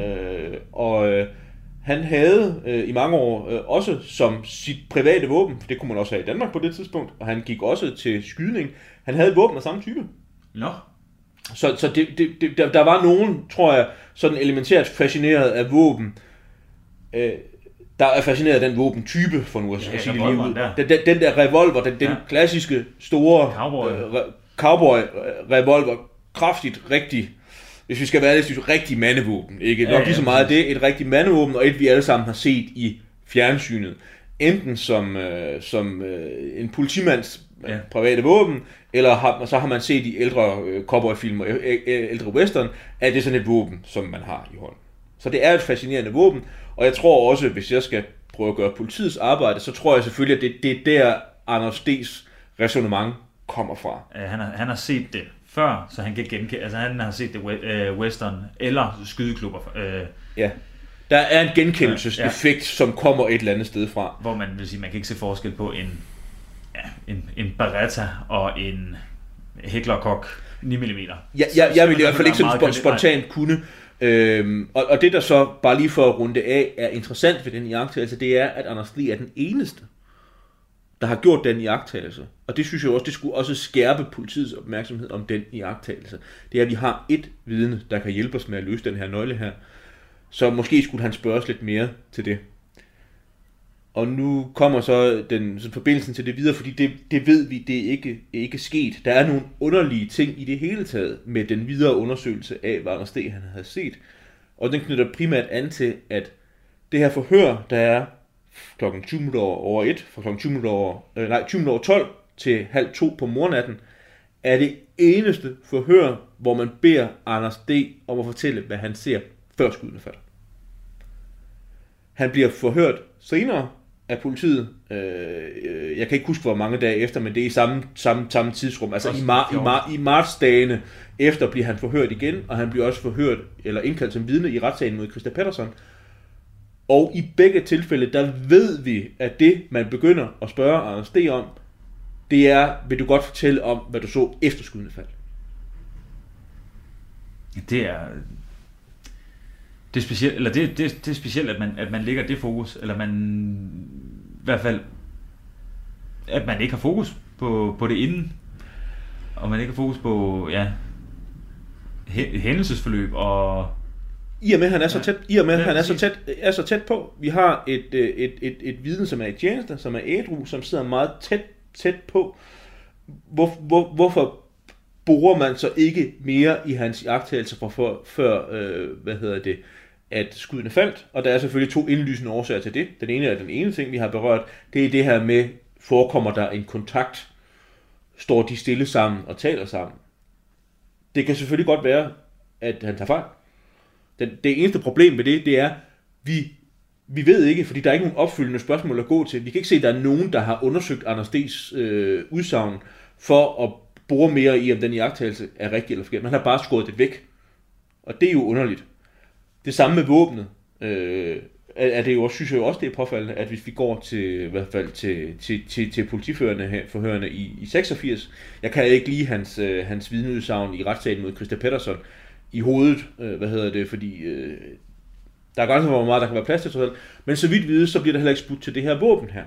og han havde i mange år også som sit private våben, for det kunne man også have i Danmark på det tidspunkt, og han gik også til skydning. Han havde et våben af samme type. Nå. Så der var nogen, tror jeg, sådan elementært fascineret af våben, der er fascineret af den våbentype, for nu at sige det lige ud. Den der revolver, den klassiske store cowboy-revolver, kraftigt, rigtig, hvis vi skal være lidt, rigtig mandevåben. Ikke? Nok lige så meget det, et rigtig mandevåben, og et vi alle sammen har set i fjernsynet. Enten som en politimands private våben, eller så har man set i ældre cowboyfilm og ældre western, at det er sådan et våben, som man har i hånden. Så det er et fascinerende våben, og jeg tror også, hvis jeg skal prøve at gøre politiets arbejde, så tror jeg selvfølgelig, at det er der Anders D's ræsonnement kommer fra. Han har set det før, så han kan genkende, altså han har set det western eller skydeklubber. Ja. Der er en genkendelseseffekt, som kommer et eller andet sted fra. Hvor man vil sige, man kan ikke se forskel på en Beretta og en Heckler-Koch 9 mm. Jeg vil i hvert fald ikke sådan spontant kunne. Og det der så, bare lige for at runde af, er interessant ved den iagttagelse, det er, at Anders Lee er den eneste, der har gjort den iagttagelse, og det synes jeg også, det skulle også skærpe politiets opmærksomhed om den iagttagelse, det er, at vi har et vidne, der kan hjælpe os med at løse den her nøgle her, så måske skulle han spørges lidt mere til det. Og nu kommer så forbindelsen til det videre, fordi det ved vi, det er ikke sket. Der er nogle underlige ting i det hele taget med den videre undersøgelse af, hvad Anders D. han havde set. Og den knytter primært an til, at det her forhør, der er klokken 20 over 1, fra klokken 20 over 12 til halv 2 på mornatten, er det eneste forhør, hvor man beder Anders D. om at fortælle, hvad han ser, før skuddene falder. Han bliver forhørt senere af politiet. Jeg kan ikke huske, hvor mange dage efter, men det er i samme tidsrum. Altså i martsdagene efter bliver han forhørt igen, og han bliver også forhørt, eller indkaldt som vidne i retssagen mod Christa Pettersson. Og i begge tilfælde, der ved vi, at det, man begynder at spørge Anders D. om, det er, vil du godt fortælle om, hvad du så efter skuddene faldt? Det er specielt, eller det er specielt, at man lægger det fokus, eller man i hvert fald, at man ikke har fokus på det inden, og man ikke har fokus på hændelsesforløb og i og med han er så tæt, på. Vi har et vidne, som er i tjeneste, som er ædru, som sidder meget tæt på. Hvorfor borer man så ikke mere i hans iagttagelser før at skuddene faldt? Og der er selvfølgelig 2 indlysende årsager til det. Den ene er den ene ting, vi har berørt. Det er det her med, forekommer der en kontakt? Står de stille sammen og taler sammen? Det kan selvfølgelig godt være, at han tager fejl. Det eneste problem med det er, vi ved ikke, fordi der er ikke nogen opfølgende spørgsmål at gå til. Vi kan ikke se, at der er nogen, der har undersøgt Anders D's udsagn for at bore mere i, om den iagttagelse er rigtig eller forkert. Man har bare skåret det væk. Og det er jo underligt. Det samme med våbnet. Er det jo også, synes jeg jo også, det er påfaldende, at hvis vi går til, i hvert fald til politiforhørende i 86, jeg kan ikke lide hans vidneudsagn i retssagen mod Christa Pettersson i hovedet, fordi der er grænser for, hvor meget der kan være plads til, men så vidt vidt, så bliver der heller ikke spurgt til det her våben her.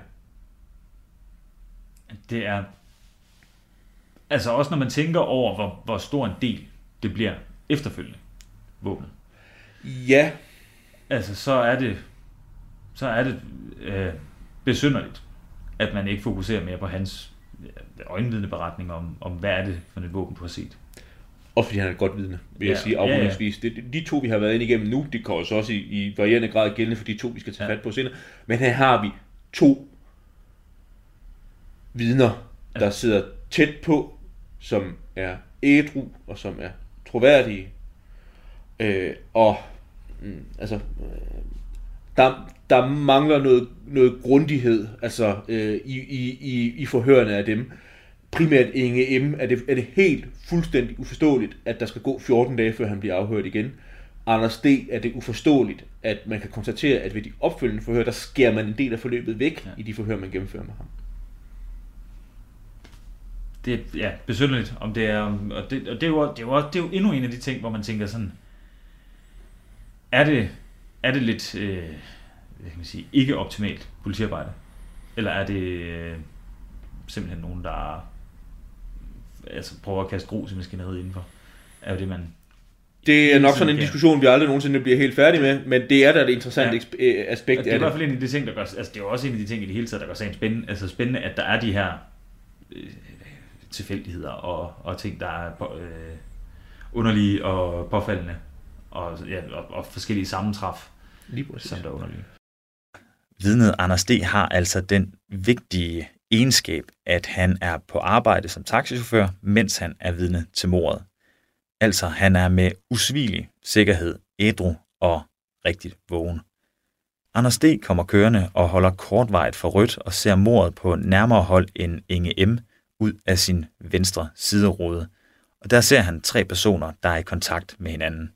Det er, altså også når man tænker over, hvor stor en del det bliver efterfølgende, våbnet. Ja. Altså så er det besynderligt, at man ikke fokuserer mere på hans øjenvidende beretning om hvad er det for et våben, du har set. Også fordi han er et godt vidne, vil jeg sige afrundingsvis. De 2, vi har været inde igennem nu, det kan også i varierende grad gældende for de 2, vi skal tage fat på senere. Men her har vi 2 vidner, der sidder tæt på, som er ædru og som er troværdige. Der mangler noget grundighed i forhørene af dem. Primært Inge M. er det helt fuldstændig uforståeligt, at der skal gå 14 dage, før han bliver afhørt igen. Anders D. er det uforståeligt, at man kan konstatere, at ved de opfølgende forhør, der skærer man en del af forløbet væk i de forhør, man gennemfører med ham. Det er besynderligt, om det er, og det er jo endnu en af de ting, hvor man tænker sådan, er det lidt, hvad kan man sige, ikke optimalt politiarbejde, eller er det simpelthen nogen, der prøver at kaste grus i maskineriet indenfor? Er jo det, man... Det er nok sådan en diskussion, vi aldrig nogensinde bliver helt færdige med, men det er da et interessant aspekt af det. Det er i hvert fald en af de ting, der gør... Altså, det er jo også en af de ting i det hele taget, der gør sagen spændende. Altså spændende, at der er de her tilfældigheder og ting, der er underlige og påfaldende, og forskellige sammentræf, som der er underlige. Vidnet Anders D. har altså den vigtige egenskab, at han er på arbejde som taxichauffør, mens han er vidne til mordet. Altså, han er med usvigelig sikkerhed, ædru og rigtigt vågen. Anders D. kommer kørende og holder kortvarigt for rødt og ser mordet på nærmere hold end Inge M. ud af sin venstre siderude. Og der ser han 3 personer, der er i kontakt med hinanden.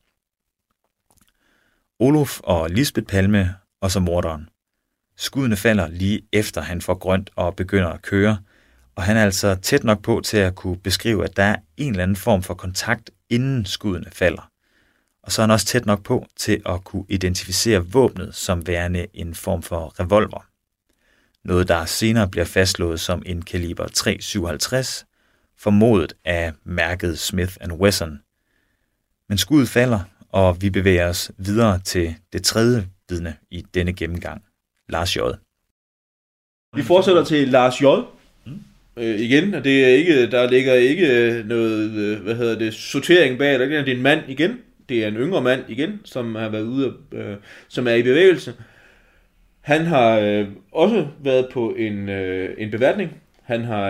Olof og Lisbeth Palme og så morderen. Skuddene falder lige efter han får grønt og begynder at køre, og han er altså tæt nok på til at kunne beskrive, at der er en eller anden form for kontakt, inden skuddene falder. Og så er han også tæt nok på til at kunne identificere våbnet som værende en form for revolver. noget der senere bliver fastslået som en kaliber .357, formodet af mærket Smith & Wesson. Men skuddet falder, og vi bevæger os videre til det tredje vidne i denne gennemgang, Lars J. Vi fortsætter til Lars J. Igen, og det er ikke, der ligger ikke noget, sortering bag, det er en mand igen. Det er en yngre mand igen, som har været ude, som er i bevægelse. Han har også været på en beværtning. Han har,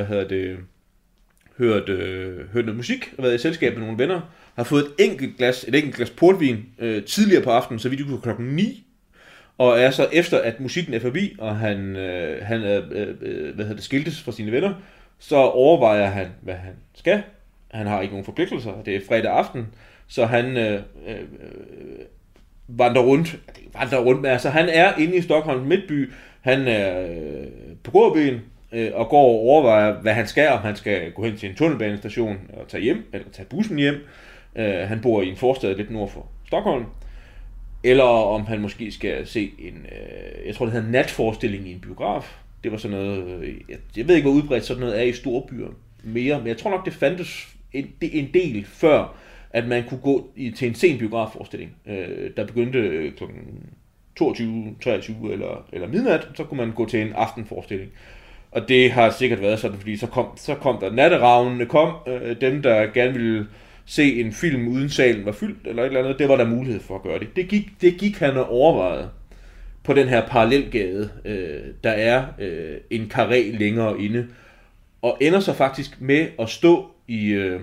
hørt noget musik, og været i selskab med nogle venner. Har fået et enkelt glas portvin tidligere på aftenen, så vidt du kunne klokken 9. Og er så efter, at musikken er forbi, og han skiltes fra sine venner, så overvejer han, hvad han skal. Han har ikke nogen forpligtelser. Det er fredag aften, så han vandrer rundt. Men altså, han er inde i Stockholms midtby. Han er på gåben og går og overvejer, hvad han skal. Om han skal gå hen til en tunnelbanestation og tage hjem, eller tage bussen hjem. Han bor i en forstad lidt nord for Stockholm. Eller om han måske skal se jeg tror det hedder natforestilling i en biograf. Det var sådan noget, jeg ved ikke hvor udbredt sådan noget er i store byer mere, men jeg tror nok det fandtes en del før, at man kunne gå til en sen biografforestilling, der begyndte kl. 22, 23 eller midnat, så kunne man gå til en aftenforestilling. Og det har sikkert været sådan, fordi så kom der natteravnene, dem der gerne ville se en film uden salen var fyldt, eller et eller andet, det var der mulighed for at gøre det. Det gik han og overvejede på den her parallelgade, der er en karré længere inde, og ender så faktisk med at stå i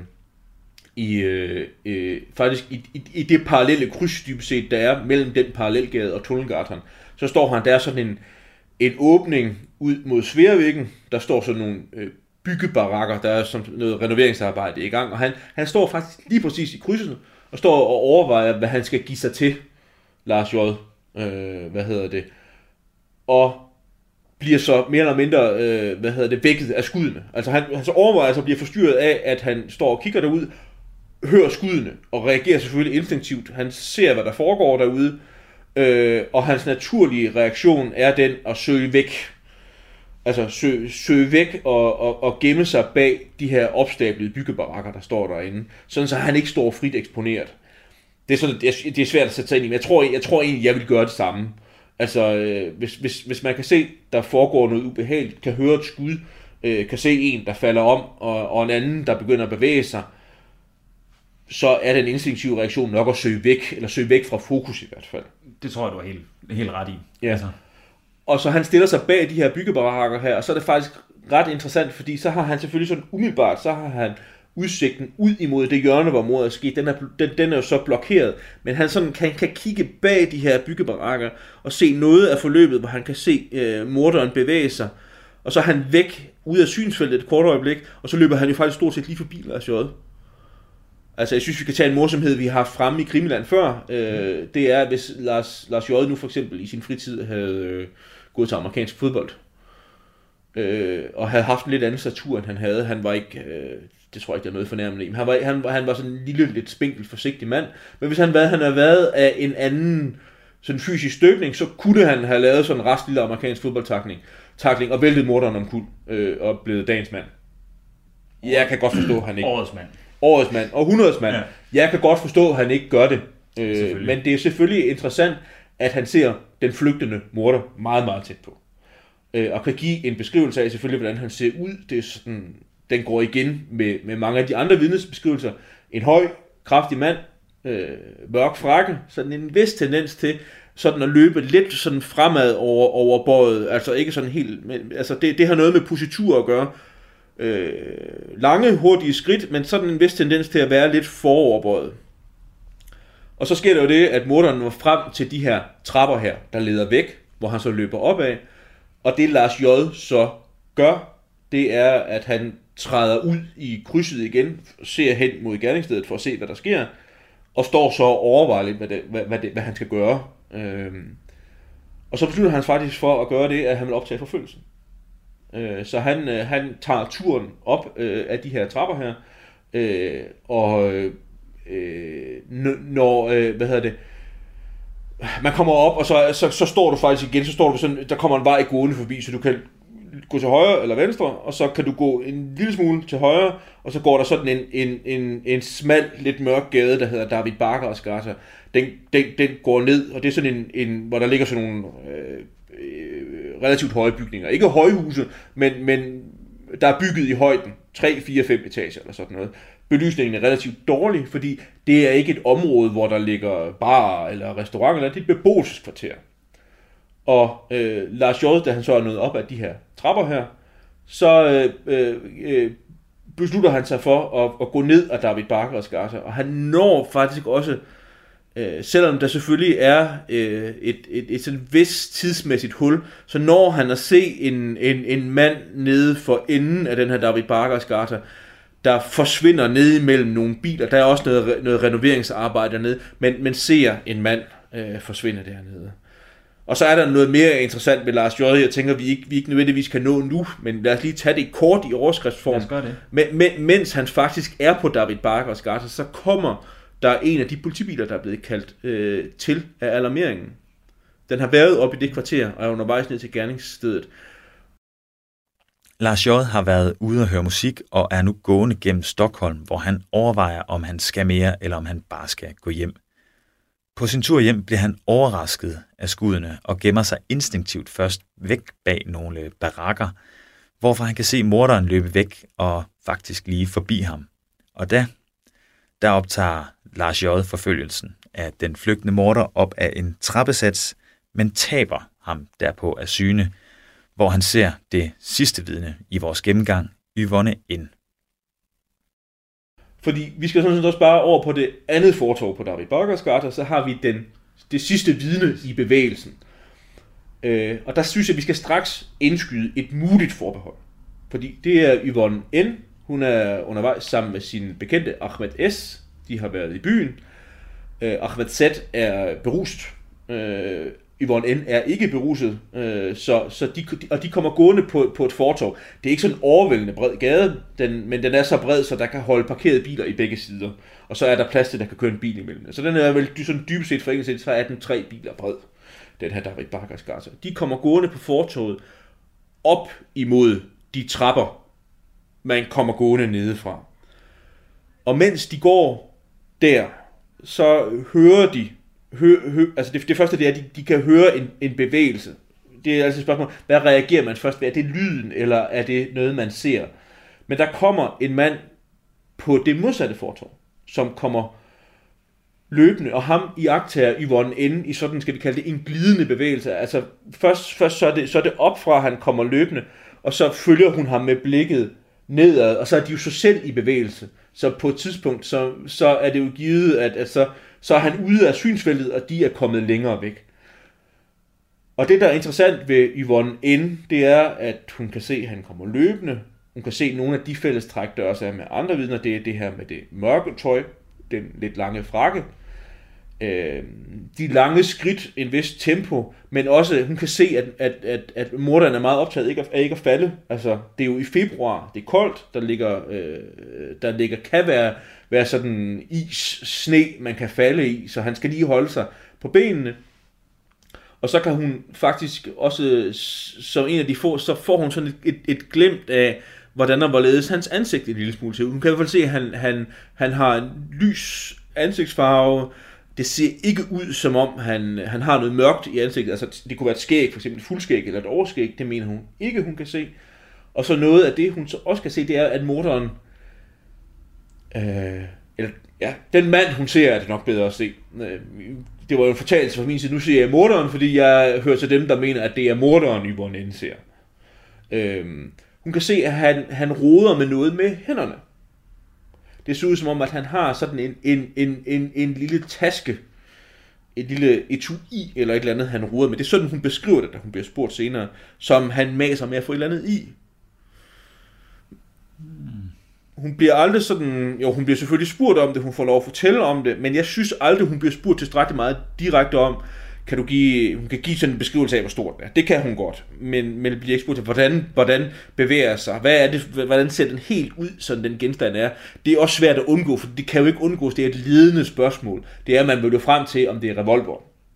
det parallelle kryds, dybest set, der er mellem den parallelgade og Tunnelgatan. Så står han der sådan en åbning ud mod Sværvæggen, der står sådan nogle byggebarakker, der er som noget renoveringsarbejde i gang, og han står faktisk lige præcis i krydset, og står og overvejer, hvad han skal give sig til, Lars J. Og bliver så mere eller mindre, vækket af skuddene. Altså han så overvejer så bliver forstyrret af, at han står og kigger derud, hører skuddene, og reagerer selvfølgelig instinktivt. Han ser, hvad der foregår derude, og hans naturlige reaktion er den at søge væk. Altså søge væk og gemme sig bag de her opstablede byggebarakker, der står derinde, sådan så han ikke står frit eksponeret. Det er svært at sætte sig ind i, men jeg tror egentlig, jeg vil gøre det samme. Altså, hvis man kan se, der foregår noget ubehageligt, kan høre et skud, kan se en, der falder om, og en anden, der begynder at bevæge sig, så er den instinktive reaktion nok at søge væk fra fokus i hvert fald. Det tror jeg, du er helt ret i. Ja. Altså. Og så han stiller sig bag de her byggebarakker her, og så er det faktisk ret interessant, fordi så har han selvfølgelig sådan umiddelbart, så har han udsigten ud imod det hjørne, hvor mordet er sket. Den er jo så blokeret, men han sådan kan kigge bag de her byggebarakker og se noget af forløbet, hvor han kan se morderen bevæge sig, og så er han væk ud af synsfeltet et kort øjeblik, og så løber han jo faktisk stort set lige forbi Lars J. Altså, jeg synes, vi kan tage en morsomhed, vi har haft fremme i Krimiland før. Det er, hvis Lars J. nu for eksempel i sin fritid havde gået til amerikansk fodbold, og havde haft en lidt anden statur, end han havde. Han var ikke, det tror jeg ikke, der er noget fornærmende i. Han var sådan en lille, lidt spinkel, forsigtig mand. Men hvis han havde været af en anden sådan fysisk støbning, så kunne han have lavet sådan en ret lille amerikansk fodboldtakling og væltet morderen omkuld og blevet dagens mand. Jeg kan godt forstå, at han ikke... Årets mand og 100's mand. Ja. Jeg kan godt forstå, at han ikke gør det. Men det er selvfølgelig interessant, at han ser den flygtende morder meget, meget tæt på. Og kan give en beskrivelse af selvfølgelig, hvordan han ser ud. Det er sådan, den går igen med mange af de andre vidnesbeskrivelser. En høj, kraftig mand, mørk frakke, sådan en vis tendens til sådan at løbe lidt sådan fremad over bøjet. Altså ikke sådan helt... Altså det har noget med positur at gøre. Lange, hurtige skridt, men sådan en vis tendens til at være lidt foroverbøjet. Og så sker der jo det, at morderen når frem til de her trapper her, der leder væk, hvor han så løber opad. Og det Lars J. så gør, det er, at han træder ud i krydset igen, ser hen mod gerningsstedet for at se, hvad der sker, og står så og overvejer lidt, hvad han skal gøre. Og så beslutter han faktisk for at gøre det, at han vil optage forfølgelsen. Så han tager turen op af de her trapper her, man kommer op, og så står du faktisk igen, så står du sådan, der kommer en vej gående forbi, så du kan gå til højre eller venstre, og så kan du gå en lille smule til højre, og så går der sådan en smal, lidt mørk gade, der hedder David Bakaras Gata. Den går ned, og det er sådan hvor der ligger sådan nogle relativt høje bygninger. Ikke højhuse, men der er bygget i højden. 3, 4, 5 etager eller sådan noget. Belysningen er relativt dårlig, fordi det er ikke et område, hvor der ligger barer eller restauranter, det er et beboelseskvarter. Og Lars J., da han så er nået op af de her trapper her, så beslutter han sig for at gå ned af David Bakaras Gata, og han når faktisk også, selvom der selvfølgelig er et sådan vist tidsmæssigt hul, så når han at se en mand nede for enden af den her David Bakaras Gata, der forsvinder ned imellem nogle biler. Der er også noget renoveringsarbejde dernede, men ser en mand forsvinde dernede. Og så er der noget mere interessant med Lars J. Jeg tænker, vi ikke nødvendigvis kan nå nu, men lad os lige tage det kort i overskriftsform. Mens han faktisk er på David Bakaras Gata, så kommer der en af de politibiler, der er blevet kaldt til af alarmeringen. Den har været oppe i det kvarter, og er undervejs ned til gerningsstedet. Lars J. har været ude og høre musik, og er nu gående gennem Stockholm, hvor han overvejer, om han skal mere, eller om han bare skal gå hjem. På sin tur hjem bliver han overrasket af skuddene og gemmer sig instinktivt først væk bag nogle barakker, hvorfor han kan se morderen løbe væk og faktisk lige forbi ham. Og der optager Lars J. forfølgelsen af den flygtende morder op af en trappesats, men taber ham derpå af syne, hvor han ser det sidste vidne i vores gennemgang, Yvonne N. Fordi vi skal sådan set også bare over på det andet fortov på David Bakaras Gata, så har vi det sidste vidne i bevægelsen. Og der synes jeg, at vi skal straks indskyde et muligt forbehold. Fordi det er Yvonne N. Hun er undervejs sammen med sin bekendte Ahmed S. De har været i byen. Ahmed Z. er beruset. Yvonne N. er ikke beruset, de kommer gående på et fortov. Det er ikke sådan en overvældende bred gade, men den er så bred, så der kan holde parkerede biler i begge sider. Og så er der plads til, der kan køre en bil imellem. Så den er vel sådan dybest set for enkelt set, så er den 3 biler bred, den her David Bakaras Gata. De kommer gående på fortovet op imod de trapper, man kommer gående nedefra. Og mens de går der, så hører de altså det første det er, at de kan høre en bevægelse. Det er altså et spørgsmål, hvad reagerer man først ved? Er det lyden, eller er det noget, man ser? Men der kommer en mand på det modsatte fortov, som kommer løbende, og ham iagttager Yvonne N. i sådan, skal vi kalde det, en glidende bevægelse. Altså først så er det op fra, han kommer løbende, og så følger hun ham med blikket nedad, og så er de jo så selv i bevægelse. Så på et tidspunkt, så er det jo givet, at så er han ude af synsfeltet, og de er kommet længere væk. Og det, der er interessant ved Yvonne N., det er, at hun kan se, at han kommer løbende. Hun kan se nogle af de fællestræk, der også er med andre vidner. Det er det her med det mørke tøj, den lidt lange frakke, de lange skridt, en vis tempo, men også, hun kan se, at morderen er meget optaget af ikke at falde. Altså, det er jo i februar, det er koldt, der kan være sådan is, sne, man kan falde i, så han skal lige holde sig på benene. Og så kan hun faktisk også, som en af de få, så får hun sådan et glimt af, hvordan og hvorledes hans ansigt en lille smule til. Hun kan i hvert fald se, at han har en lys ansigtsfarve. Det ser ikke ud, som om han har noget mørkt i ansigtet. Altså, det kunne være et skæg, for eksempel et fuldskæg eller et overskæg. Det mener hun ikke, hun kan se. Og så noget af det, hun så også kan se, det er, at morderen... den mand, hun ser, er det nok bedre at se. Det var jo en fortalelse fra min side. Nu siger jeg morderen, fordi jeg hører til dem, der mener, at det er morderen, Yvonne N. ser. Hun kan se, at han roder med noget med hænderne. Det ser ud som om, at han har sådan en lille taske, et lille etui eller et eller andet, han roder med. Det er sådan, hun beskriver det, da hun bliver spurgt senere, som han maser med at få et eller andet i. Hun bliver aldrig sådan, jo, hun bliver selvfølgelig spurgt om det, hun får lov at fortælle om det, men jeg synes aldrig, hun bliver spurgt tilstrækkeligt meget direkte om, hun kan give sådan en beskrivelse af, hvor stort det er. Det kan hun godt, men bliver ikke spurgt til, hvordan bevæger sig, hvordan ser den helt ud, sådan den genstand er. Det er også svært at undgå, for det kan jo ikke undgås, det er et ledende spørgsmål. Det er, at man vil jo frem til, om det er revolver,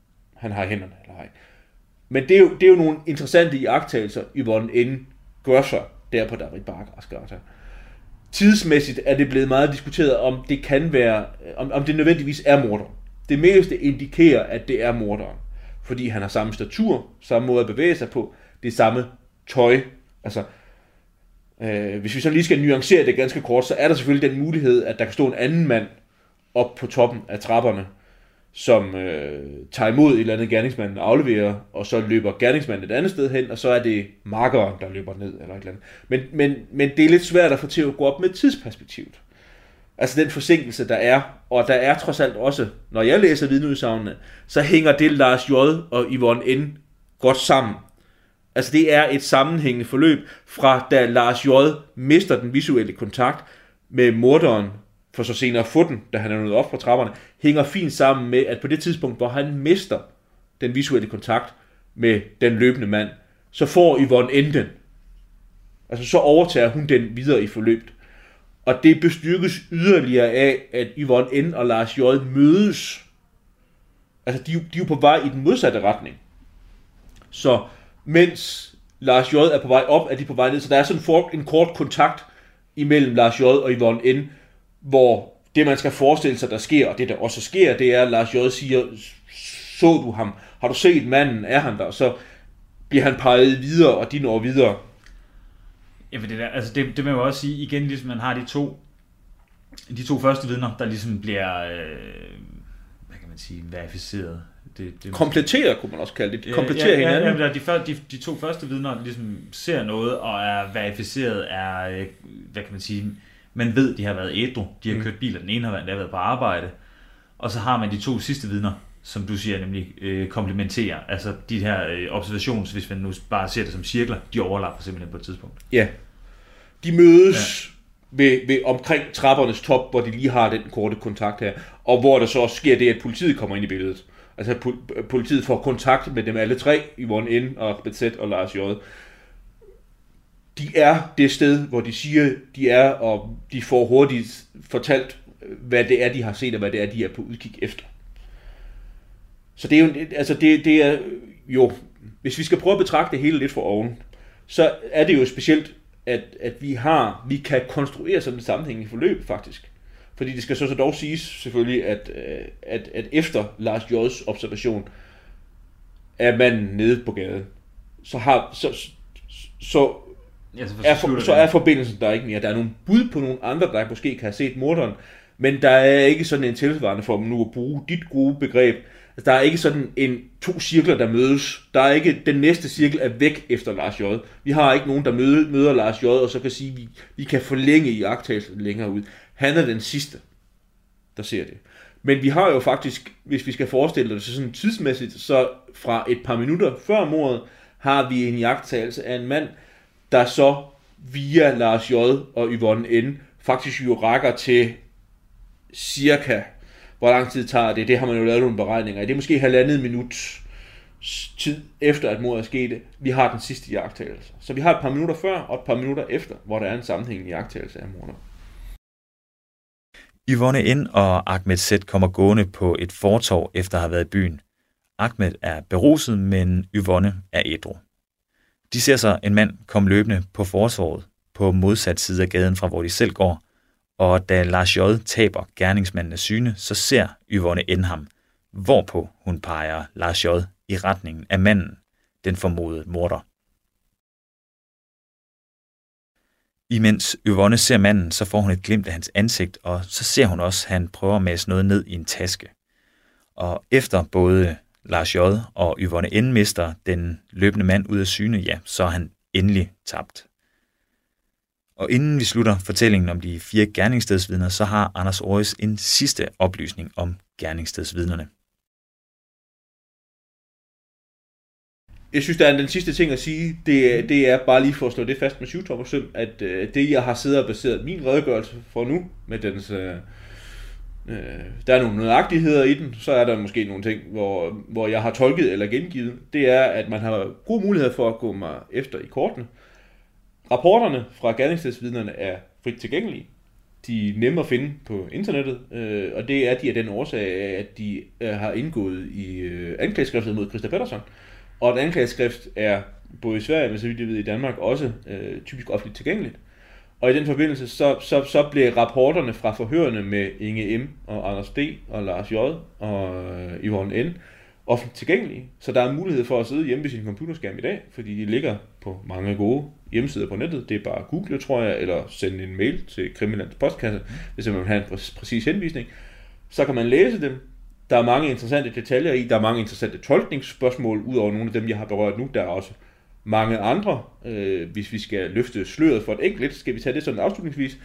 han har hænderne eller ej. Men det er jo nogle interessante iagttagelser, Yvonne N. gør sig der på David Bagaras gata. Tidsmæssigt er det blevet meget diskuteret, om det kan være, om det nødvendigvis er morderen. Det meste indikerer, at det er morderen. Fordi han har samme statur, samme måde at bevæge sig på, det samme tøj. Altså, hvis vi så lige skal nuancere det ganske kort, så er der selvfølgelig den mulighed, at der kan stå en anden mand op på toppen af trapperne, som tager imod et eller andet gerningsmanden afleverer, og så løber gerningsmanden et andet sted hen, og så er det makkeren, der løber ned, eller et eller andet. Men det er lidt svært at få til at gå op med tidsperspektivet. Altså den forsinkelse, der er, og der er trods alt også, når jeg læser vidneudsagnene, så hænger det Lars J. og Yvonne N. godt sammen. Altså det er et sammenhængende forløb, fra da Lars J. mister den visuelle kontakt med morderen, for så senere at få den, da han er nået op fra trapperne, hænger fint sammen med, at på det tidspunkt, hvor han mister den visuelle kontakt med den løbende mand, så får Yvonne N. den. Altså så overtager hun den videre i forløbet. Og det bestyrkes yderligere af, at Yvonne N. og Lars J. mødes. Altså de er jo på vej i den modsatte retning. Så mens Lars J. er på vej op, er de på vej ned. Så der er sådan en kort kontakt imellem Lars J. og Yvonne N., hvor det man skal forestille sig, der sker, og det der også sker, det er, at Lars J. siger, så du ham? Har du set manden? Er han der? Så bliver han peget videre, og de når videre. Ja, for det må jeg også sige, igen, ligesom man har de to første vidner, der ligesom bliver, hvad kan man sige, verificeret. Kompletterer, kunne man også kalde det. Kompletterer hinanden. Ja, de to første vidner ligesom ser noget, og er verificeret, hvad kan man sige, man ved, de har været ædru, de har kørt bil, og den ene har været på arbejde, og så har man de to sidste vidner, som du siger, nemlig komplementerer. Altså de her observations, hvis man nu bare ser det som cirkler, de overlapper simpelthen på et tidspunkt. Ja. De mødes ved omkring trappernes top, hvor de lige har den korte kontakt her, og hvor der så også sker det, at politiet kommer ind i billedet. Altså politiet får kontakt med dem alle tre, Yvonne N. og Ahmed Z. og Lars J. De er det sted, hvor de siger, de er, og de får hurtigt fortalt, hvad det er, de har set, og hvad det er, de er på udkig efter. Så det er jo, altså det er jo, hvis vi skal prøve at betragte det hele lidt for oven, så er det jo specielt, at vi kan konstruere sådan en sammenhæng i forløb, faktisk. Fordi det skal så dog siges selvfølgelig, at efter Lars J.'s observation af manden nede på gaden, så er forbindelsen der ikke mere. Der er nogle bud på nogle andre, der måske kan have set morderen, men der er ikke sådan en tilsvarende for nu at bruge dit gode begreb. Altså, der er ikke sådan to cirkler, der mødes. Der er ikke, den næste cirkel er væk efter Lars J. Vi har ikke nogen, der møder Lars J, og så kan sige, at vi kan forlænge iagttagelsen længere ud. Han er den sidste, der ser det. Men vi har jo faktisk, hvis vi skal forestille det så sådan tidsmæssigt, så fra et par minutter før mordet, har vi en iagttagelse af en mand, der så via Lars J. og Yvonne N. faktisk jo rækker til cirka, hvor lang tid tager det? Det har man jo lavet nogle beregninger af. Det er måske 1,5 minut tid efter, at mordet er sket. Vi har den sidste iagttagelse. Så vi har et par minutter før og et par minutter efter, hvor der er en sammenhængende iagttagelse af mordet. Yvonne N. og Ahmed Z. kommer gående på et fortov efter at have været i byen. Ahmed er beruset, men Yvonne er ædru. De ser så en mand komme løbende på fortovet på modsat side af gaden fra hvor de selv går, og da Lars J. taber gerningsmanden af syne, så ser Yvonne N. ham, hvorpå hun peger Lars J. i retningen af manden, den formodede morder. Imens Yvonne ser manden, så får hun et glimt af hans ansigt, og så ser hun også, at han prøver at mase noget ned i en taske. Og efter både Lars J. og Yvonne N. mister den løbende mand ud af syne, ja, så er han endelig tabt. Og inden vi slutter fortællingen om de 4 gerningsstedsvidner, så har Anders Oris en sidste oplysning om gerningsstedsvidnerne. Jeg synes, der er den sidste ting at sige, det er bare lige for at slå det fast med 7-tommersøm, at det, jeg har siddet og baseret min redegørelse for nu, med dens, der er nogle nøjagtigheder i den, så er der måske nogle ting, hvor jeg har tolket eller gengivet, det er, at man har god mulighed for at gå mig efter i kortene. Rapporterne fra gerningsstedsvidnerne er frit tilgængelige. de er nemme at finde på internettet, og det er de af den årsag, at de har indgået i anklageskriftet mod Christer Pettersson. Og et anklageskrift er både i Sverige, men så vidt jeg ved i Danmark, også typisk offentligt tilgængeligt. Og i den forbindelse, så blev rapporterne fra forhørene med Inge M. og Anders D. og Lars J. og Yvonne N. offentligt tilgængelige. Så der er mulighed for at sidde hjemme ved sin computerskærm i dag, fordi de ligger på mange gode hjemmesider på nettet. Det er bare at google, tror jeg, eller sende en mail til Krimilands postkasse, hvis man vil have en præcis henvisning. Så kan man læse dem. Der er mange interessante detaljer i, der er mange interessante tolkningsspørgsmål, ud over nogle af dem, jeg har berørt nu. Der er også mange andre. Hvis vi skal løfte sløret for et enkelt, skal vi tage det sådan afslutningsvis.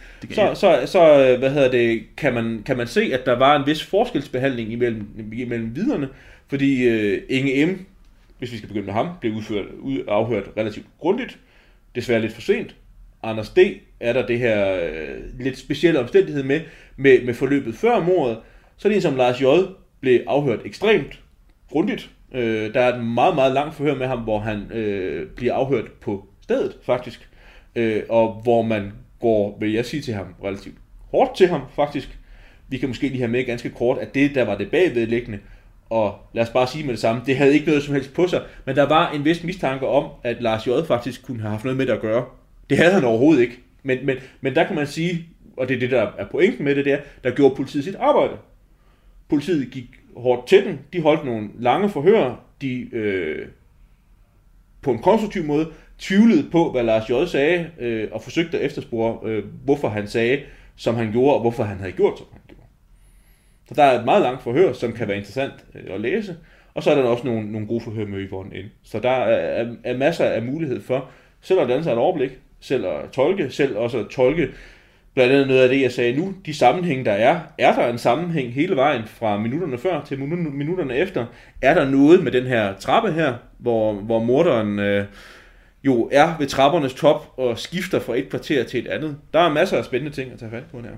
Kan man se, at der var en vis forskelsbehandling imellem vidnerne, fordi Inge M., hvis vi skal begynde med ham, blev afhørt relativt grundigt, desværre lidt for sent. Anders D. er der det her lidt specielle omstændighed med forløbet før mordet, så det som Lars J. blev afhørt ekstremt grundigt. Der er et meget, meget langt forhør med ham, hvor han bliver afhørt på stedet, faktisk. Og hvor man går, vil jeg sige til ham, relativt hårdt til ham, faktisk. Vi kan måske lige have med ganske kort, at det, der var det bagvedliggende, og lad os bare sige med det samme, det havde ikke noget som helst på sig, men der var en vis mistanke om, at Lars J. faktisk kunne have haft noget med det at gøre. Det havde han overhovedet ikke. Men der kan man sige, og det er det, der er pointen med det, der gjorde politiet sit arbejde. Politiet gik hårdt til den, de holdt nogle lange forhør, de på en konstruktiv måde tvivlede på, hvad Lars J. sagde, og forsøgte at efterspore, hvorfor han sagde, som han gjorde, og hvorfor han havde gjort, som han gjorde. Så der er et meget langt forhør, som kan være interessant at læse, og så er der også nogle gode forhør med Yvonne N. Så der er masser af mulighed for, selv at danne sig et overblik, selv at tolke blandt andet noget af det, jeg sagde nu, de sammenhænge, der er. Er der en sammenhæng hele vejen fra minutterne før til minutterne efter? Er der noget med den her trappe her, hvor morderen jo er ved trappernes top og skifter fra et kvarter til et andet? Der er masser af spændende ting at tage fat på her.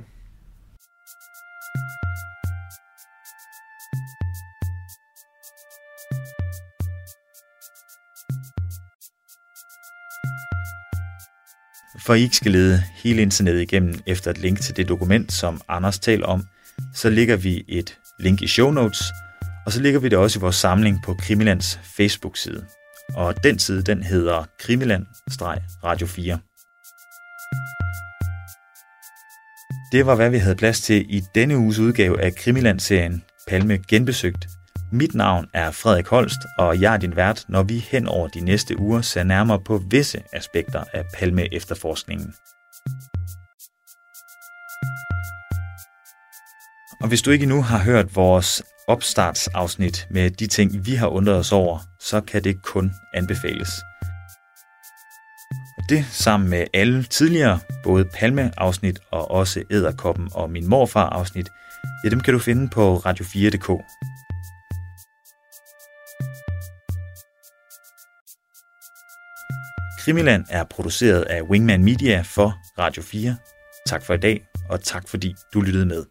For I ikke skal lede hele internettet igennem efter et link til det dokument, som Anders taler om, så lægger vi et link i show notes, og så lægger vi det også i vores samling på Krimilands Facebook-side. Og den side, den hedder Krimiland-Radio 4. Det var, hvad vi havde plads til i denne uges udgave af Krimiland-serien Palme Genbesøgt. Mit navn er Frederik Holst, og jeg er din vært, når vi hen over de næste uger ser nærmere på visse aspekter af Palme-efterforskningen. Og hvis du ikke endnu har hørt vores opstartsafsnit med de ting, vi har undret os over, så kan det kun anbefales. Det sammen med alle tidligere, både Palme-afsnit og også Edderkoppen og Min Morfar-afsnit, ja, dem kan du finde på radio4.dk. Krimiland er produceret af Wingman Media for Radio 4. Tak for i dag, og tak fordi du lyttede med.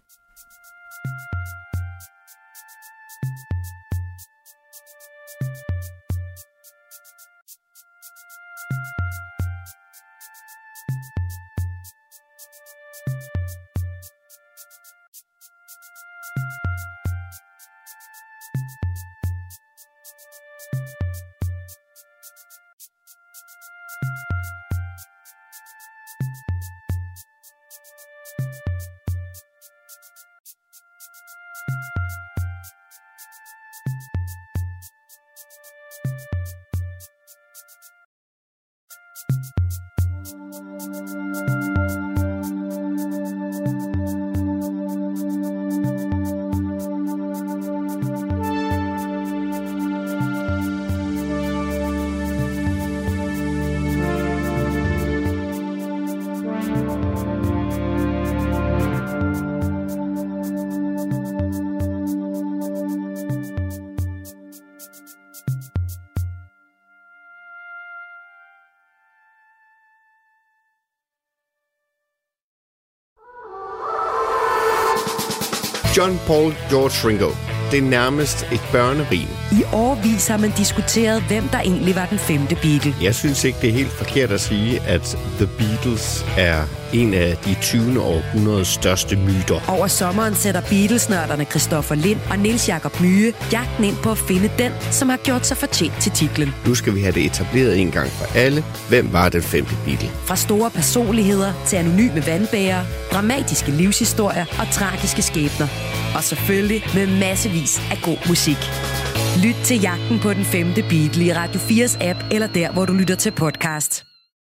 John Paul George Ringo. Det er nærmest et børnerim. I årevis har man diskuteret, hvem der egentlig var den femte Beatle. Jeg synes ikke, det er helt forkert at sige, at The Beatles er en af de 20. århundredes største myter. Over sommeren sætter Beatles-nørderne Christoffer Lind og Niels Jakob Myhe jagten ind på at finde den, som har gjort sig fortjent til titlen. Nu skal vi have det etableret en gang for alle. Hvem var den 5. Beatle? Fra store personligheder til anonyme vandbærere, dramatiske livshistorier og tragiske skæbner. Og selvfølgelig med massevis af god musik. Lyt til Jagten på den 5. Beatle i Radio 4's app eller der, hvor du lytter til podcast.